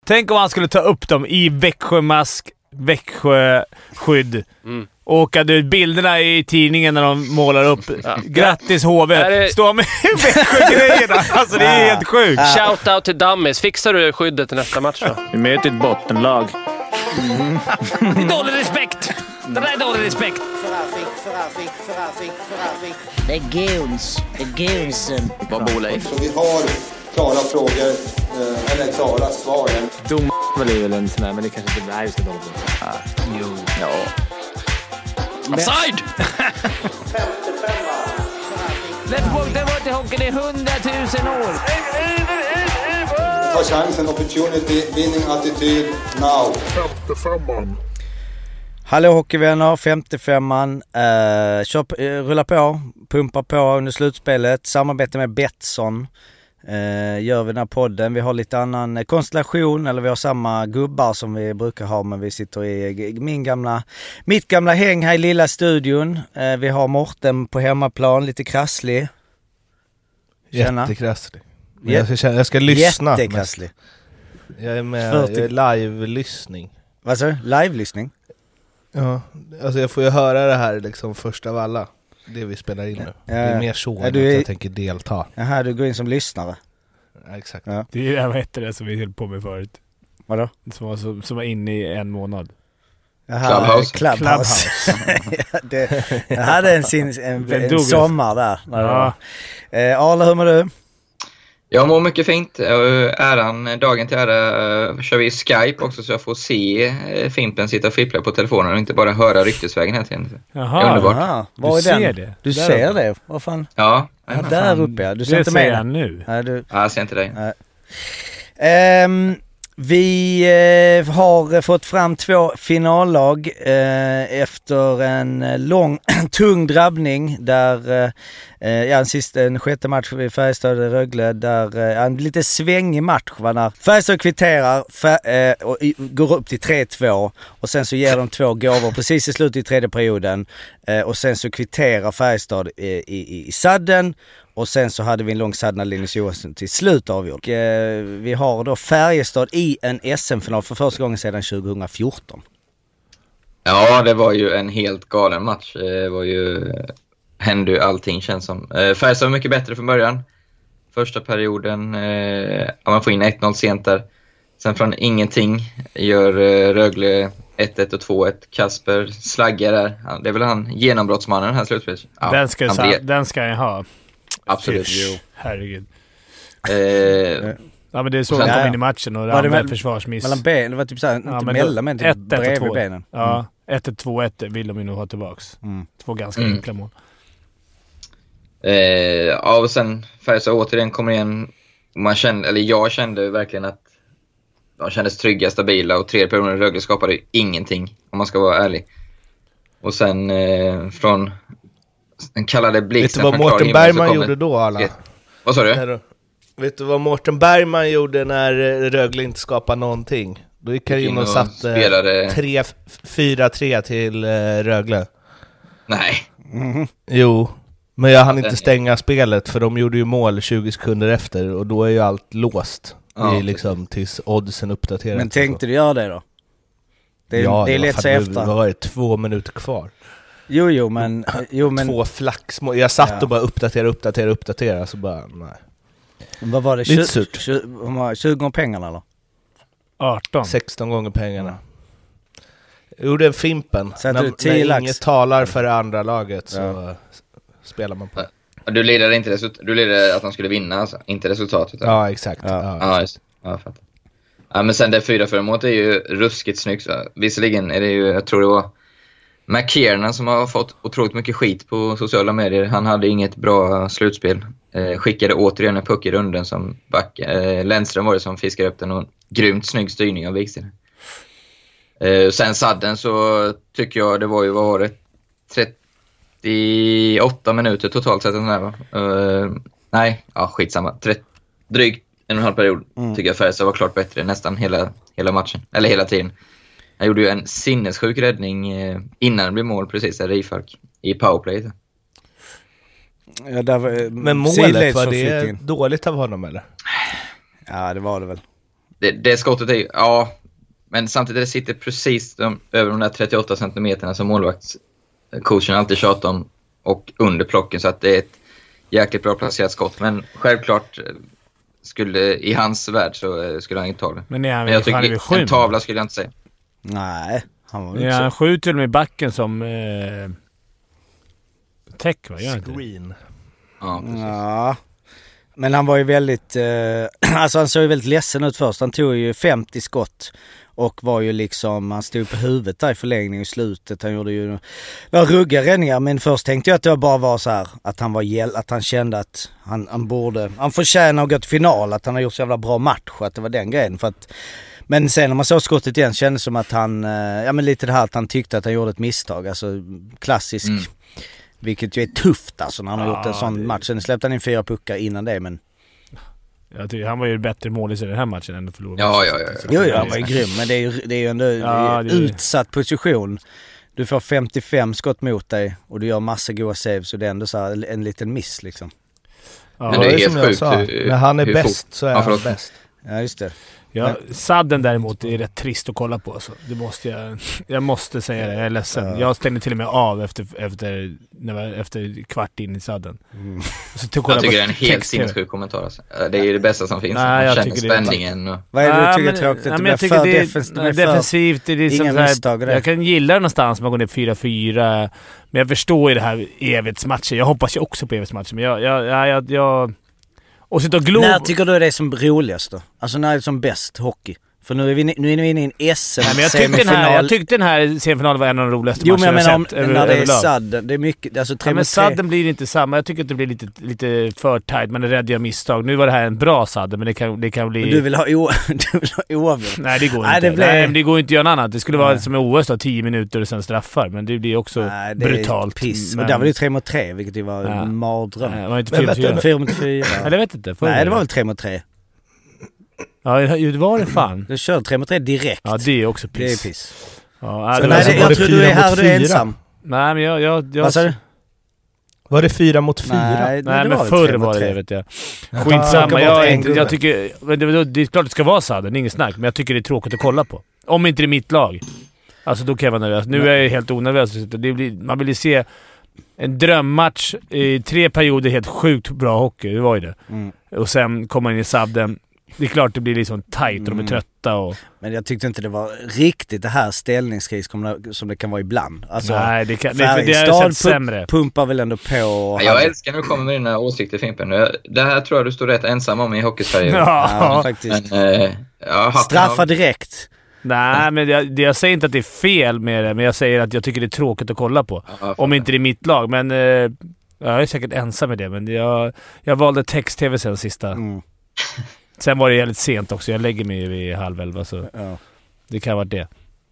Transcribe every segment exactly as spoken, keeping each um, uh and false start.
Tänk om han skulle ta upp dem i Växjömask, Växjöskydd. Mm. Och åka ut bilderna i tidningen när de målar upp. Ja. Grattis H V. Det... Stå med Växjögrejerna. Alltså det är helt sjukt. Shout out till Dummies. Fixar du skyddet till nästa match då? Vi möter ett bottenlag. Mm. Det är dålig respekt. Det där är dålig respekt. Det är guns. Det är gunsen. Vad bor Leif? Så vi har klara frågor, eller klara svar. Dom är väl en sån här, men det kanske inte är så dåligt. Ah, jo. Ja. Offside! Lättpunkten var till hockeyn i hundratusen år. Ta chansen, opportunity, winning attityd, now. femtiofemman. Hallå hockeyvänner, femtiofemman. Uh, kör, uh, rulla på, pumpa på under slutspelet. Samarbete med Betsson. Uh, gör vi den här podden. Vi har lite annan konstellation, eller vi har samma gubbar som vi brukar ha, men vi sitter i min gamla, mitt gamla häng här i lilla studion. Uh, vi har Morten på hemmaplan, lite krasslig. Jättekrasslig. Men jag, ska, jag ska lyssna. Jättekrasslig. Jag är med, jag är live-lyssning. Vad sa du? Live-lyssning? Ja, alltså jag får ju höra det här liksom först av alla. Det vi spelar in nu. Ja, det är mer så än att är... jag tänker delta. Jaha, du går in som lyssnare. Ja, exakt. Ja. Det är det, vad hette det som vi höll på med förut? Vadå? Som var, som, som var inne i en månad. Jaha, Clubhouse. Clubhouse. ja, det, jag hade en, sin, en, en, en sommar där. Ja. Eh, Arla, hur mår du? Jag mår mycket fint. Äran, dagen till ära kör vi Skype också, så jag får se Fimpen sitta och fippla på telefonen och inte bara höra ryktesvägen här tiden. Jaha, det är underbart. Aha, var du är ser den? det. Du där ser uppe. det? Vad fan? Ja. Ja, där fan. Uppe, ja. Du ser det inte ser med jag nu. Nej, du... Ja, jag ser inte dig. Um, vi eh, har fått fram två finallag eh, efter en lång, tung drabbning där, eh, ja, en sista, en sjätte match vid Färjestad-Rögle där, eh, en lite svängig match va, när Färjestad kvitterar fär, eh, och i, går upp till tre två och sen så ger de två gåvor precis i slutet i tredje perioden eh, och sen så kvitterar Färjestad i, i, i sadden. Och sen så hade vi en lång sadd när Linus Johansson till slut avgjort. Och, eh, vi har då Färjestad i en S M-final för första gången sedan tjugo fjorton. Ja, det var ju en helt galen match. Det var ju, hände ju allting känns som. Eh, Färjestad var mycket bättre från början. Första perioden, eh, ja, man får in ett noll sent där. Sen från ingenting gör eh, Rögle ett ett och två ett. Kasper slaggar där. Ja, det är väl han, genombrottsmannen här slutspelet. Ja, den, ska han sa, den ska jag ha. Absolut. Jo, herregud. Eh, ja, men det är så han kom in i matchen och det var försvarsmiss. Mellan benen, det var typ såhär, inte ja, mellan men typ bredvid benen. Ja, ett ett två ett vill de ju nog ha tillbaks. Mm. Två ganska mm. enkla mål. Eh, ja, och sen Färjestad återigen kommer igen. Man kände, eller jag kände verkligen att de kändes trygga, stabila och tredje perioden Rögle skapade ingenting, om man ska vara ärlig. Och sen eh, från den kallade blixten. Vet du vad Mårten Bergman gjorde då, alla? Vad sa du? Vet du vad Mårten Bergman gjorde när Rögle inte skapade någonting? Då gick han in och satte tre fyra tre till Rögle. Nej. Mm. Jo, men jag hann inte stänga spelet för de gjorde ju mål tjugo sekunder efter och då är ju allt låst. Ja, i liksom tills oddsen uppdateras. Men tänkte du göra det då? Det är, ja, det är lätt sig efter. Det var det två minuter kvar. Jo, jo, men... Jo, men två flaxmål. Jag satt ja. och bara uppdatera, uppdatera, uppdatera. Så bara, nej. Vad var det? Lite surt. tjugo gånger pengarna eller? arton. sexton gånger pengarna. Jag gjorde en Fimpen. Så när, du när lax. Inget talar för det andra laget så ja. spelar man på. Du ledde inte result- du ledde att de skulle vinna, alltså. Inte resultatet. Ja, exakt. Ja, ja, ja, just. Ja, jag fattar. Ja, men sen det fyra fyra målet är ju ruskigt snyggt. Så. Visserligen är det ju, jag tror det var McKiernan som har fått otroligt mycket skit på sociala medier. Han hade inget bra slutspel. Eh, skickade återigen en puck i runden som back. Eh, Lennström var det som fiskade upp den och grymt snygg styrning av Wiksten. Eh, sen sadden så tycker jag det var ju, vad var det? trettioåtta minuter totalt sett den där va? Eh, nej, ja skitsamma. trettio, drygt en och en halv period mm. tycker jag Färjestad var klart bättre nästan hela, hela matchen. Eller hela tiden. Jag gjorde ju en sinnessjuk räddning eh, innan det blev mål precis där Rifalk i powerplay. Ja, där var, men målet var det dåligt av honom eller? Ja, det var det väl. det, det skottet är ju, ja, men samtidigt det sitter precis de, över de där trettioåtta centimeterna som målvaktscoachen alltid tjatar om och under plocken, så att det är ett jäkligt bra placerat skott. Men självklart skulle, i hans värld så skulle han inte ta det. Men, nej, men jag tycker en tavla skulle jag inte säga. Nej, han var ja, han skjuter med backen som eh, tech, va? Gör inte Screen. Ja, precis. Ja. Men han var ju väldigt, eh, alltså han såg ju väldigt ledsen ut först. Han tog ju femtio skott och var ju liksom, han stod på huvudet där i förlängning i slutet. Han gjorde ju några rugga räddningar, men först tänkte jag att det bara var så här, att han var gäll, att han kände att han, han borde, han förtjänar att gå till final, att han har gjort så jävla bra match, att det var den grejen. För att, men sen när man såg skottet igen kändes det som att han, ja men lite det här att han tyckte att han gjorde ett misstag, alltså klassisk, mm. vilket ju är tufft alltså när han har ja, gjort en sån det... match. Sen släppte han in fyra puckar innan det, men jag tycker han var ju bättre målis i den här matchen än att förlora. Ja, ja, ja. ja. Jo, ja, han var ju grym, men det är ju, det är ju ändå ja, det är... utsatt position. Du får femtiofem skott mot dig och du gör massa goda saves och det är ändå så här en liten miss liksom. Ja, men det är helt som sjukt. Hur, när han är bäst så är ja, han bäst. Ja, just det. Ja, sadden däremot är rätt trist att kolla på. Så det måste jag, jag måste säga det, jag är ledsen. Ja. Jag stängde till och med av efter, efter, när var, efter kvart in i sadden. Mm. Så jag tycker det är en helt sinnessjuk kommentar. Alltså. Det är ju det bästa som finns. Nej, man känner spänningen. Det... Och... Vad är det du tycker är tråkigt? Nej, det blir för det, defens- det defensivt. Det är inga misstag. Jag kan gilla det någonstans, man går ner fyra fyra. Men jag förstår ju det här evighetsmatchen. Jag hoppas ju också på evighetsmatchen. Men jag... jag, jag, jag, jag och så glo- när tycker du är det som roligast då? Alltså när är det som bäst hockey? För nu är vi, nu är vi inne i en S M-semifinal. Jag tyckte den här semifinalen var en av de roligaste jo, matcherna men jag om, sett. Jo, men när det är sadden. Det är mycket... Alltså, ja, men sadden blir inte samma. Jag tycker att det blir lite, lite för tight, men det räddade jag misstag. Nu var det här en bra sadden, men det kan, det kan bli... Men du vill ha, o- du vill ha oavgjort? Nej, det går Nej, inte. Det blir... Nej, men det går inte att göra något annat. Det skulle vara som en O S då, tio minuter och sen straffar. Men det blir också Nej, det brutalt. Är piss. Men... Och där var det tre mot tre, vilket ju var ja. en mardröm. Nej, det var inte fyra mot fyra. fyra mot fyra. Eller jag vet inte. Nej, det var väl tre mot tre. Ja, det var det fan. Du kör tre mot tre direkt. Ja, det är också piss. Det är piss. Ja, så det nej, det, jag tror du är här och du är ensam. Nej, men jag... jag, jag Vad sa du? Var det fyra mot fyra? Nej, nej men förr var det, vet jag. Skitsamma, jag, inte, jag tycker... Det, det är klart det ska vara sadden, inget snack. Men jag tycker det är tråkigt att kolla på. Om inte det är mitt lag. Alltså då kan jag vara nervös. Nu är jag helt onödig. Det blir, man vill ju se en drömmatch i tre perioder, helt sjukt bra hockey. Det var ju det. Mm. Och sen kommer man in i sadden. Det är klart det blir liksom tight och de är trötta. Och... Men jag tyckte inte det var riktigt det här ställningskris som det kan vara ibland. Alltså, nej, det, kan, det, det är sett sämre. Pumpar väl ändå på. Ja, jag älskar när du kommer med dina åsikter, Fimpen. Det här tror jag du står rätt ensam om i Hockeysverige. Ja, ja, faktiskt. Men, äh, ja, straffa direkt. Nej, men jag, jag säger inte att det är fel med det, men jag säger att jag tycker det är tråkigt att kolla på. Ja, om inte det är mitt lag, men... Eh, jag är säkert ensam med det, men jag, jag valde text-tv sen sista. Mm. Sen var det jävligt sent också. Jag lägger mig vid halv elva, så ja. Det kan ha varit det.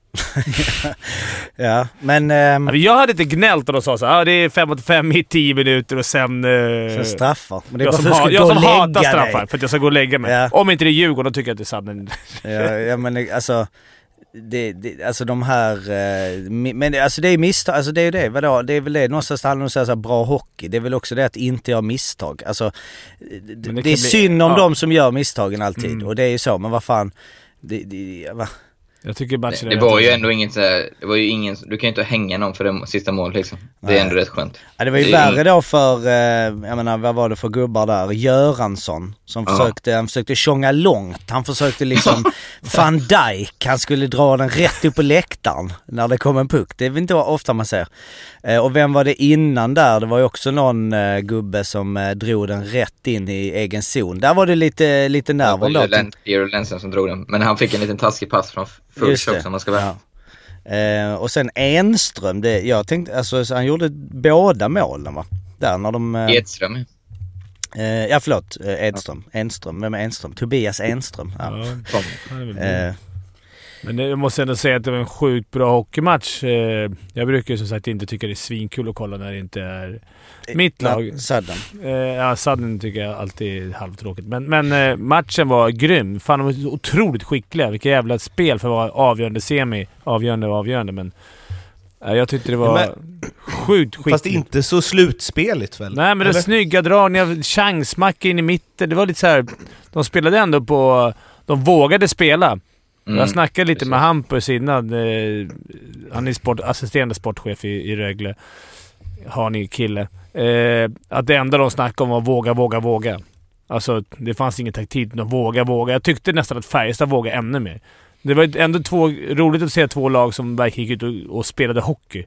Ja, men... Ähm... Jag hade inte gnällt och de sa så här, ah, det är fem mot fem i tio minuter och sen... Äh... Så straffar. Men det är jag bara som, ha, jag som hatar straffar dig. För att jag ska gå och lägga mig. Ja. Om inte det är Djurgården, då tycker jag att det är sadden. Ja, ja, men alltså... Det, det, alltså de här eh, men alltså det är misstag, alltså det är ju det, vadå? Det är väl det någonstans handlar om så här bra hockey. Det är väl också det att inte göra misstag. Alltså det, det, det är bli, synd om ja. de som gör misstagen alltid mm. och det är ju så, men vad fan det, det, va? Jag tycker det, det var ju ändå inget så här, det var ju ingen, du kan ju inte hänga någon för det sista målet liksom. Det Nej. är ändå rätt skönt. Ja, det var ju det värre ing... då för eh, jag menar, vad var det för gubbar där? Göransson som ja. försökte, han försökte tjonga långt. Han försökte liksom Van Dijk, han skulle dra den rätt upp på läktaren när det kom en puck. Det är väl inte ofta man ser. Eh, och vem var det innan där? Det var ju också någon eh, gubbe som eh, drog den rätt in i egen zon. Där var det lite lite nerver då. Det var ju Lensen som drog den, men han fick en liten taskig pass från Fulch också, man ska vara. Ja. Eh, och sen Enström, det, jag tänkte, alltså han gjorde båda målen va? Där när de... Eh, Edström. Eh, ja förlåt, eh, Edström. Enström, vem är Enström? Tobias Enström. Ja. Ja, eh, men jag måste ändå säga att det var en sjukt bra hockeymatch. Eh, jag brukar ju som sagt inte tycka det är svinkul att kolla när det inte är mitt lag. Sadden. Eh, ja, sadden tycker jag alltid är halvtråkigt. Men, men eh, matchen var grym. Fan, de var otroligt skickliga. Vilka jävla spel för att vara avgörande semi. Avgörande och avgörande, men eh, jag tyckte det var men, sjukt skickligt. Fast inte så slutspeligt väl? Nej, men det var snygga dragningar, chansmack in i mitten. Det var lite så här, de spelade ändå på de vågade spela. Mm, jag snackade lite precis. med Hampus innan. Eh, han är sport, assisterande sportchef i, i Rögle. Har ni kille. Eh, att det enda de snackade om var våga, våga, våga. Alltså, det fanns ingen taktik. De våga, våga. Jag tyckte nästan att Färjestad vågade ännu mer. Det var ändå två, roligt att se två lag som verkligen gick ut och, och spelade hockey.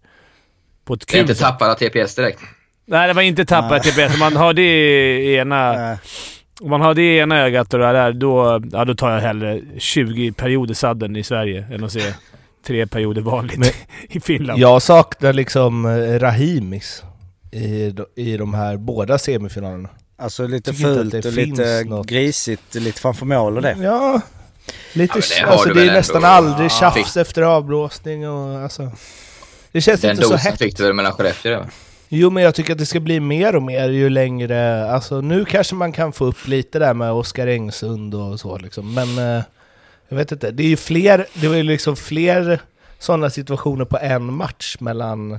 På ett Det är kul inte tappade T P S direkt. Nej, det var inte tappat T P S. Man har det i ena... Om man har det i ena ögat och det där, då, ja, då tar jag hellre tjugo perioder sadden i Sverige än att se tre perioder vanligt men, i Finland. Jag saknar liksom Rahimis i, i de här båda semifinalerna. Alltså lite fult och lite något. Grisigt, lite framför mål och det. Ja, lite ja, det, alltså, det är nästan ändå. Aldrig tjafs ja. efter avblåsning och alltså... Det känns den inte så hett. Fick du väl mellan Skellefteå då? Jo, men jag tycker att det ska bli mer och mer ju längre... Alltså nu kanske man kan få upp lite där med Oskar Engsund och så liksom. Men eh, jag vet inte. Det är ju fler... Det var ju liksom fler sådana situationer på en match mellan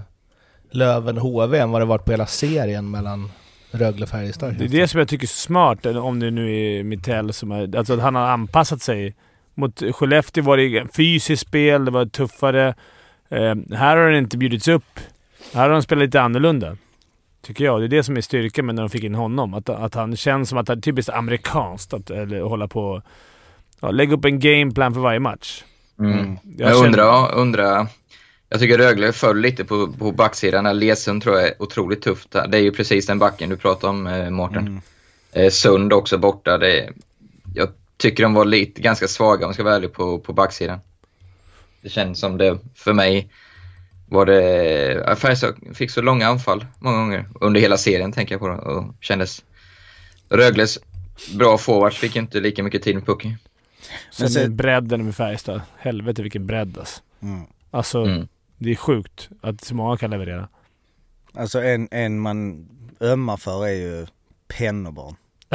Löven och H V än vad det varit på hela serien mellan Rögle och Färjestad. Det är det som jag tycker är smart, om det nu är Mittell som är... Alltså att han har anpassat sig. Mot Skellefteå var det fysiskt spel, det var tuffare. Eh, här har det inte bjudits upp. Här har de spelat lite annorlunda, tycker jag. Det är det som är styrkan med när de fick in honom. Att, att han känns som att han är typiskt amerikanskt att eller, hålla på ja, lägga upp en gameplan för varje match. Mm. Jag, jag känner... undrar, undrar... Jag tycker Rögle föll lite på, på backsidan. Lesund tror jag är otroligt tufft. Det är ju precis den backen du pratar om, eh, Mårten. Mm. Eh, Sund också borta. Det, jag tycker de var lite ganska svaga, om jag ska vara ärlig, på, på backsidan. Det känns som det för mig... var det... Färjestad fick så långa anfall många gånger. Under hela serien tänker jag på det. Och kändes... Rögles bra forwards fick inte lika mycket tid med pucken. Sen så... bredden med Färjestad. Helvete vilken bredd alltså. Mm. Alltså, mm. det är sjukt att så många kan leverera. Alltså en, en man ömmar för är ju Pennerborn.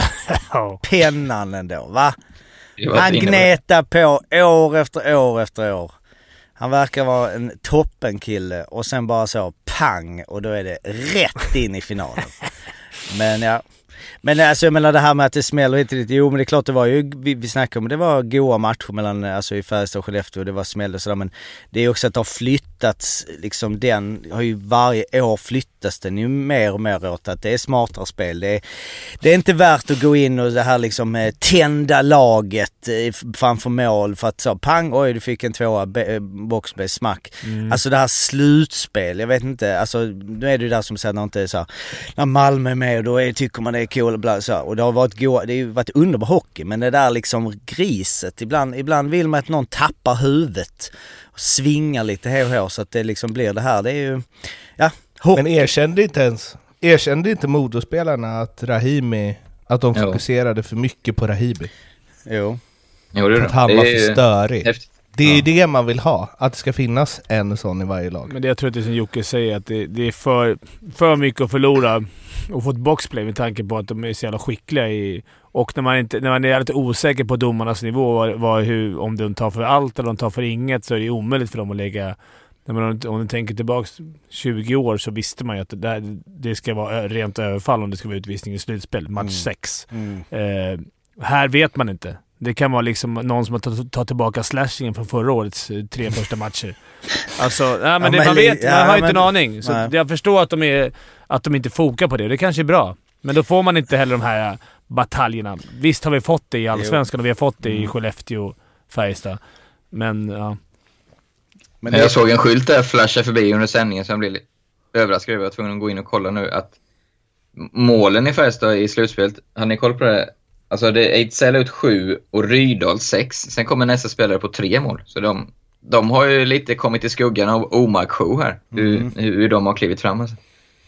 Pennan ändå, va? Han gnetar på år efter år efter år. Han verkar vara en toppenkille och sen bara så pang och då är det rätt in i finalen. Men ja, men alltså jag menar det här med att det smäller inte lite. Jo, men det är klart det var ju, vi, vi snackade om det var goda matcher mellan, alltså i Färjestad och Skellefteå och det var smäll och sådär, men det är också att det har flyttats, liksom den har ju varje år flyttats den ju mer och mer åt att det är smartare spel. Det är, det är inte värt att gå in och det här liksom tända laget framför mål för att så pang, oj du fick en tvåa boxplay, smack. Mm. Alltså det här slutspel, jag vet inte, alltså nu är det ju där som säger när inte är så här, när Malmö är med och då är, tycker man det är cool och bla, så, och det har varit go- det har ju varit underbar hockey, men det där liksom griset, ibland, ibland vill man att någon tappar huvudet och svingar lite här och här så att det liksom blir det här, det är ju ja, hockey. Men erkände inte ens erkände inte Modospelarna att Rahimi, att de fokuserade jo. för mycket på Rahimi? Jo. jo det för att han det var för störig. Häftigt. Det är ju ja. det man vill ha, att det ska finnas en sån i varje lag. Men det jag tror att det är som Jocke säger, att det, det är för, för mycket att förlora och få ett boxplay med tanke på att de är så jävla skickliga i, och när man, inte, när man är lite osäker på domarnas nivå var, var hur, om de tar för allt eller de tar för inget, så är det omöjligt för dem att lägga. När man, om du tänker tillbaka tjugo år så visste man ju att det, här, det ska vara rent överfall om det ska vara utvisning i slutspel, match sex. Mm. Mm. Eh, här vet man inte. Det kan vara liksom någon som har tagit ta tillbaka slashingen från förra årets tre första matcher. Alltså, nej, men, ja, det, men man vet, man ja, har ju inte en aning. Så nej. Jag förstår att de, är, att de inte fokar på det. Det kanske är bra. Men då får man inte heller de här bataljerna. Visst har vi fått det i Allsvenskan och vi har fått det i Skellefteå och Färjestad. Men ja. Men det... Jag såg en skylt där flasha förbi under sändningen så jag blev överraskad över att jag var tvungen att gå in och kolla nu att målen i Färjestad i slutspelet, har ni koll på det? Alltså det är Ejdsell ut sju och Rydal sex. Sen kommer nästa spelare på tre mål. Så de, de har ju lite kommit i skuggan av Omark sju här. Mm. Hur, hur de har klivit fram. Alltså.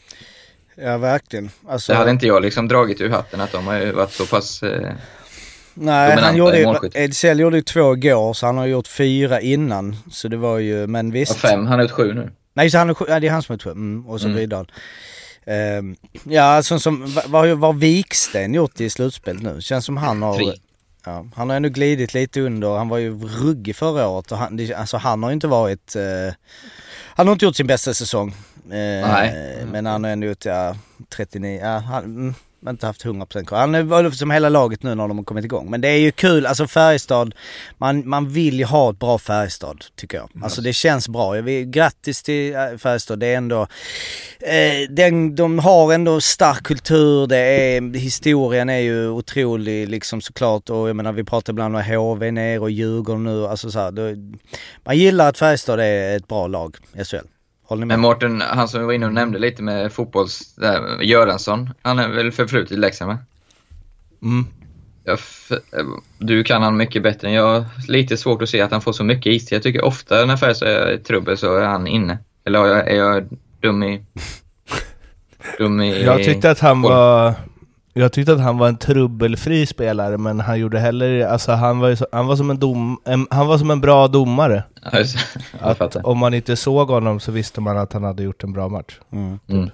Ja, verkligen. Alltså... Det hade inte jag liksom dragit ur hatten att de har ju varit så pass eh, nej, han gjorde, Ejdsell gjorde ju två igår så han har gjort fyra innan. Så det var ju, men visst. Och fem, han har ut sju nu. Nej, så han, ja, det är han som har ut sju. Mm, och så mm. Rydal. Uh, ja, alltså som vad vad Viksten gjort i slutspel nu. Känns som han har ja, han har ändå glidit lite under. Han var ju ruggig förra året och han, det, alltså han har ju inte varit uh, han har inte gjort sin bästa säsong. Uh, Nej. Men han har ändå gjort ja, trettionio ja, han, inte haft hundra procent kvar. Han var som hela laget nu när de har kommit igång. Men det är ju kul, alltså Färjestad, man, man vill ju ha ett bra Färjestad tycker jag. Alltså det känns bra. Jag vill, grattis till Färjestad, det är ändå eh, den, de har ändå stark kultur, det är, historien är ju otrolig liksom såklart, och jag menar vi pratar ibland om H V ner och Djurgården nu, alltså så här, då, man gillar att Färjestad är ett bra lag i S H L. Men Mårten, han som var inne och nämnde lite med fotbolls, där, Göransson, han är väl förflutet i Leksand, va? Mm. Jag, du kan han mycket bättre än jag. Lite svårt att se att han får så mycket is. Jag tycker ofta när Färjestad är i trubbel så är han inne. Eller är jag, är jag dum i... dum i jag tyckte att han var... Jag tyckte att han var en trubbelfri spelare, men han gjorde heller, alltså han var ju så, han var som en dom, en, han var som en bra domare. Att om man inte såg honom så visste man att han hade gjort en bra match. Mm. Mm.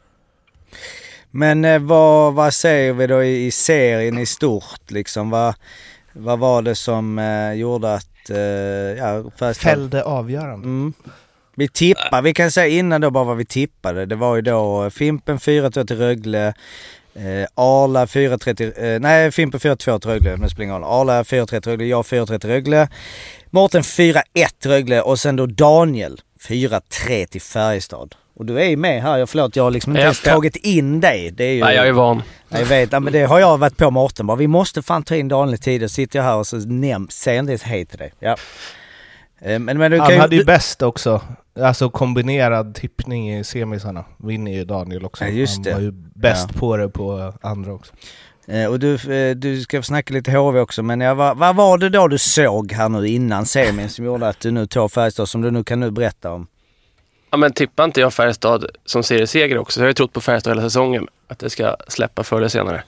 Men eh, vad, vad säger vi då i, i serien i stort liksom? Vad, vad var det som eh, gjorde att eh, ja, fällde avgörande? Mm. Vi tippar, vi kan säga innan då bara vad vi tippade. Det var ju då Fimpen fyra två till Rögle, Eh, Arla fyra trettio, eh, nej Fimpen fyra två till Rögle, men spelar ingen roll. Arla fyra trettio till Rögle, jag fyra trettio till Rögle, Mårten fyra ett Rögle och sen då Daniel fyra tre till Färjestad. Och du är ju med här, jag förlåt, jag har liksom inte ens tagit in dig. Det är ju, nej, jag är van. Jag vet, men det har jag varit på Mårten bara, vi måste fan ta in Daniel tid, och sitter jag här och så näm, säger inte ens hej till dig. Ja. Men, men du han kan ju, hade ju du, bäst också. Alltså kombinerad tippning i semisarna. Vinner ju Daniel också. Ja, just det. Han var ju bäst ja. på det på andra också. Eh, och du, eh, du ska snacka lite H V också. Men ja, vad, vad var det då du såg här nu innan semin som gjorde att du nu tog Färjestad, som du nu kan nu berätta om? Ja, men tippar inte jag Färjestad som serieseger också. Så jag har ju trott på Färjestad hela säsongen. Att det ska släppa förr eller senare.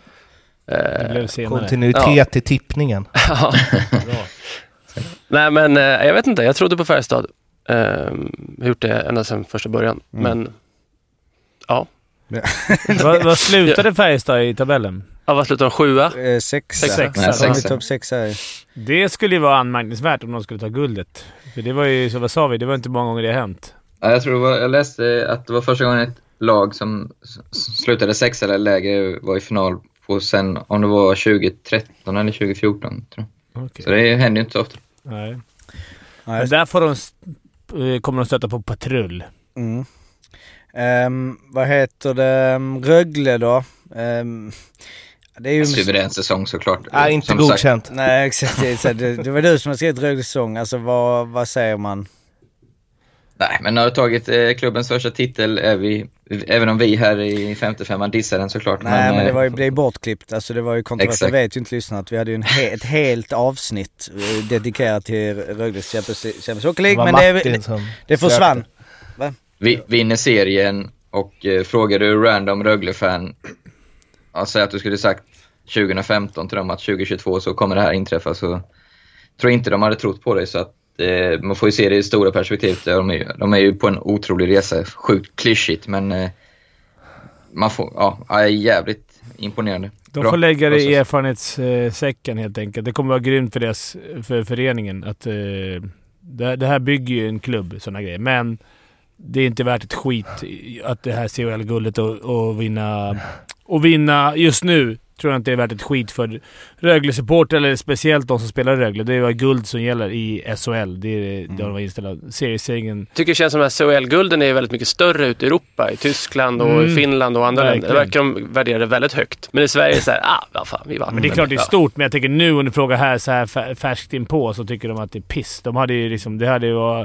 Eh, senare. Kontinuitet ja. i tippningen. Ja. Nej, men eh, jag vet inte. Jag trodde på Färjestad. Uh, jag har gjort det ända sedan första början. Mm. Men ja. vad, vad slutade Färjestad i tabellen? Ja, vad slutade de? Sjua? Eh, sexa. Sexa. Nej, sexa. Topp sexa. Det skulle ju vara anmärkningsvärt om de skulle ta guldet. För det var ju, så vad sa vi, det var inte många gånger det har hänt. Ja, jag tror det var, jag läste att det var första gången ett lag som slutade sex eller lägre var i final på sen, om det var tjugo tretton eller tjugo fjorton tror jag. Okay. Så det händer ju inte så ofta. Nej. Men där får de kommer de stöta på patrull. Mm. Um, vad heter det? Rögle då? Um, det är ju suverän säsong såklart. Ja, inte som godkänt. Sagt. Nej, exakt. Det, det, det var du som har skrivit Rögles säsong. Alltså vad, vad säger man? Nej, men när du tagit eh, klubbens första titel är vi, även om vi här i femtiofem dissar den såklart. Nej, men, men det var ju blev bortklippt. Alltså det var ju kontroversiellt. Jag vet ju inte lyssnat. Vi hade ju en he- ett helt avsnitt eh, dedikerat till Rögles Champions Hockey League, men det, det, det försvann. Va? Vi vinner serien och eh, frågar du random Rögle-fan och säger att du skulle sagt tjugo femton till dem att tjugo tjugotvå så kommer det här inträffa, så tror inte de hade trott på det, så att eh, man får ju se det i stora perspektivet. De är, ju, de är ju på en otrolig resa, sjukt klyschigt, men eh, man får, ja, är jävligt imponerande. De får Bra. lägga det i erfarenhetssäcken helt enkelt. Det kommer vara grymt för deras, för föreningen att eh, det, det här bygger ju en klubb, sådana grejer, men det är inte värt ett skit att det här C H L-guldet och, och vinna och vinna just nu. Tror jag inte det är värt ett skit för Rögle-support, eller speciellt de som spelar Rögle. Det är guld som gäller i S H L. Det är mm. det de var inställda. Seriesegern. Jag tycker det känns som att C H L-gulden är väldigt mycket större ute i Europa, i Tyskland och mm. Finland och andra länder. Det verkar de värdera det väldigt högt. Men i Sverige är det så här, ah, vad fan, vi vann. Men det är klart det är stort, men jag tänker nu under fråga här så här färskt in på, så tycker de att det är piss. De hade ju liksom, det hade ju varit,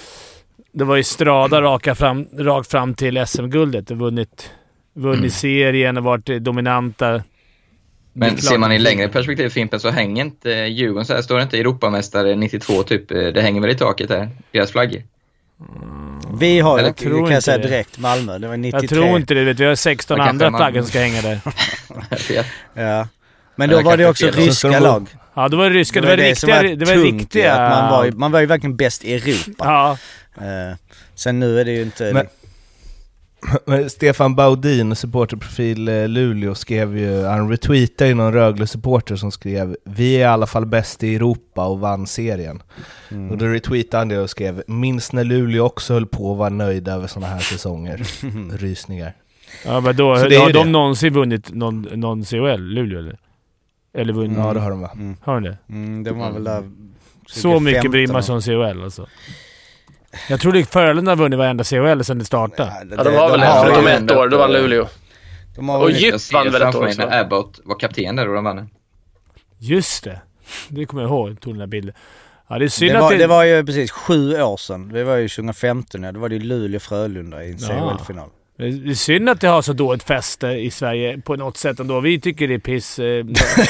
det var ju strada raka fram, rakt fram till S M-guldet. De vunnit, vunnit mm. serien och varit dominanta. Men ser man i längre perspektiv, Fimpen, så hänger inte Djurgården så här, står det inte Europamästare nittiotvå typ, det hänger väl i taket här, deras flaggor. Mm. Vi har, Eller, jag tror kan jag säga direkt, Malmö, det var nittiotre. Jag tror inte det, vet, vi har sexton andra flaggor som ska hänga där. Ja. Men då var det också ryska lag. Ja, det var det ryska, det var, det var riktiga, det var, det var riktiga. Att man var ju, man var ju verkligen bäst i Europa. Ja. Uh, sen nu är det ju inte... Men, men Stefan Baudin, supporterprofil Luleå, skrev ju, han retweetade ju någon Rögle-supporter som skrev: vi är i alla fall bäst i Europa och vann serien. Mm. Och då retweetade han det och skrev: minns när Luleå också höll på att vara nöjda över såna här säsonger. Rysningar. Ja, men då Så det är har ju de det. någonsin vunnit någon, någon C H L, Luleå eller? Eller vunnit? Ja, det har de va? Mm. Har de det? Mm, det var väl där Så mycket femton bryr man sig om C H L alltså. Jag tror det Frölunda har vunnit varenda C H L sedan det startade. Ja, Ja, de har väl det. Förutom ett år, då vann Luleå. De har Och vunnit- Djup Jag ser vann väl ett framför år mig också. när Abbott var kapten där och de vann. Just det. Det kommer jag ihåg. Jag tog den här bilden. Ja, det är synd Det att var, det... det var ju precis sju år sedan. Det var ju tjugohundrafemton. Ja. Det var det ju Luleå-Frölunda i en C H L-final. Det är synd att det har så dåligt fäste i Sverige på något sätt ändå. Vi tycker det är piss. Eh,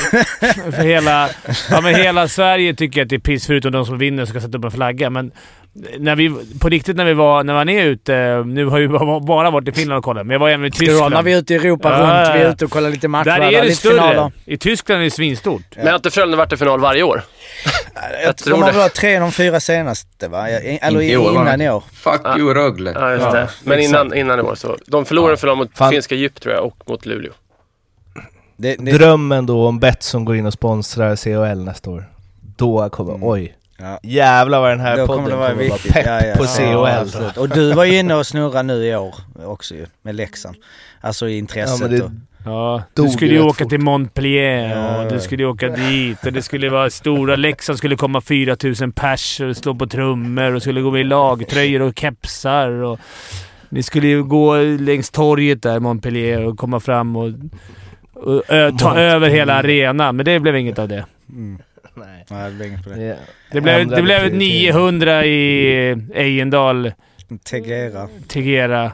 för hela, ja, men hela Sverige tycker att det är piss förutom de som vinner och ska sätta upp en flagga. Men när vi, på riktigt när vi var när man är ute, nu har vi bara varit i Finland och kollat, men jag var även i Tyskland. När vi är ute i Europa Ja, runt, vi är ja. ute och kollar lite matcher. Där är det lite större. finaler. I Tyskland är det svinstort. Men har inte Frölunda varit i final varje år? Jag tror de har det. väl varit tre av de fyra senaste va? Eller Inte i år, innan va? i år. Fuck Ja. you Rögle. Ja, just Ja, det. Men exakt. innan, innan i år så. De förlorade en final mot Fan. finska Djup tror jag och mot Luleå. Det, det, Drömmen då om Bett som går in och sponsrar C H L nästa år. Då kommer, Mm. oj. Ja. Jävlar vad den här Då podden kommer kommer det vara vara viktigt. pepp Ja, ja, på ja, C H L. absolut. Och du var ju inne och snurra nu i år också ju, med Leksand. Alltså i intresset. Ja, men det- och, Ja, du Dog skulle ju rätt åka fort. till Montpellier Ja, och ja. du skulle ju åka dit och det skulle vara stora... Leksand skulle komma fyra tusen pers och slå på trummor och skulle gå med lagtröjor och kepsar och... Ni skulle ju gå längs torget där i Montpellier och komma fram och, och ö, ta över hela arenan, men det blev inget av det. mm. Nej. Nej, det blir inget på det. Det, Det blev, ändrade det blev prioritering. niohundra i Ejendal, Tegera. Tegera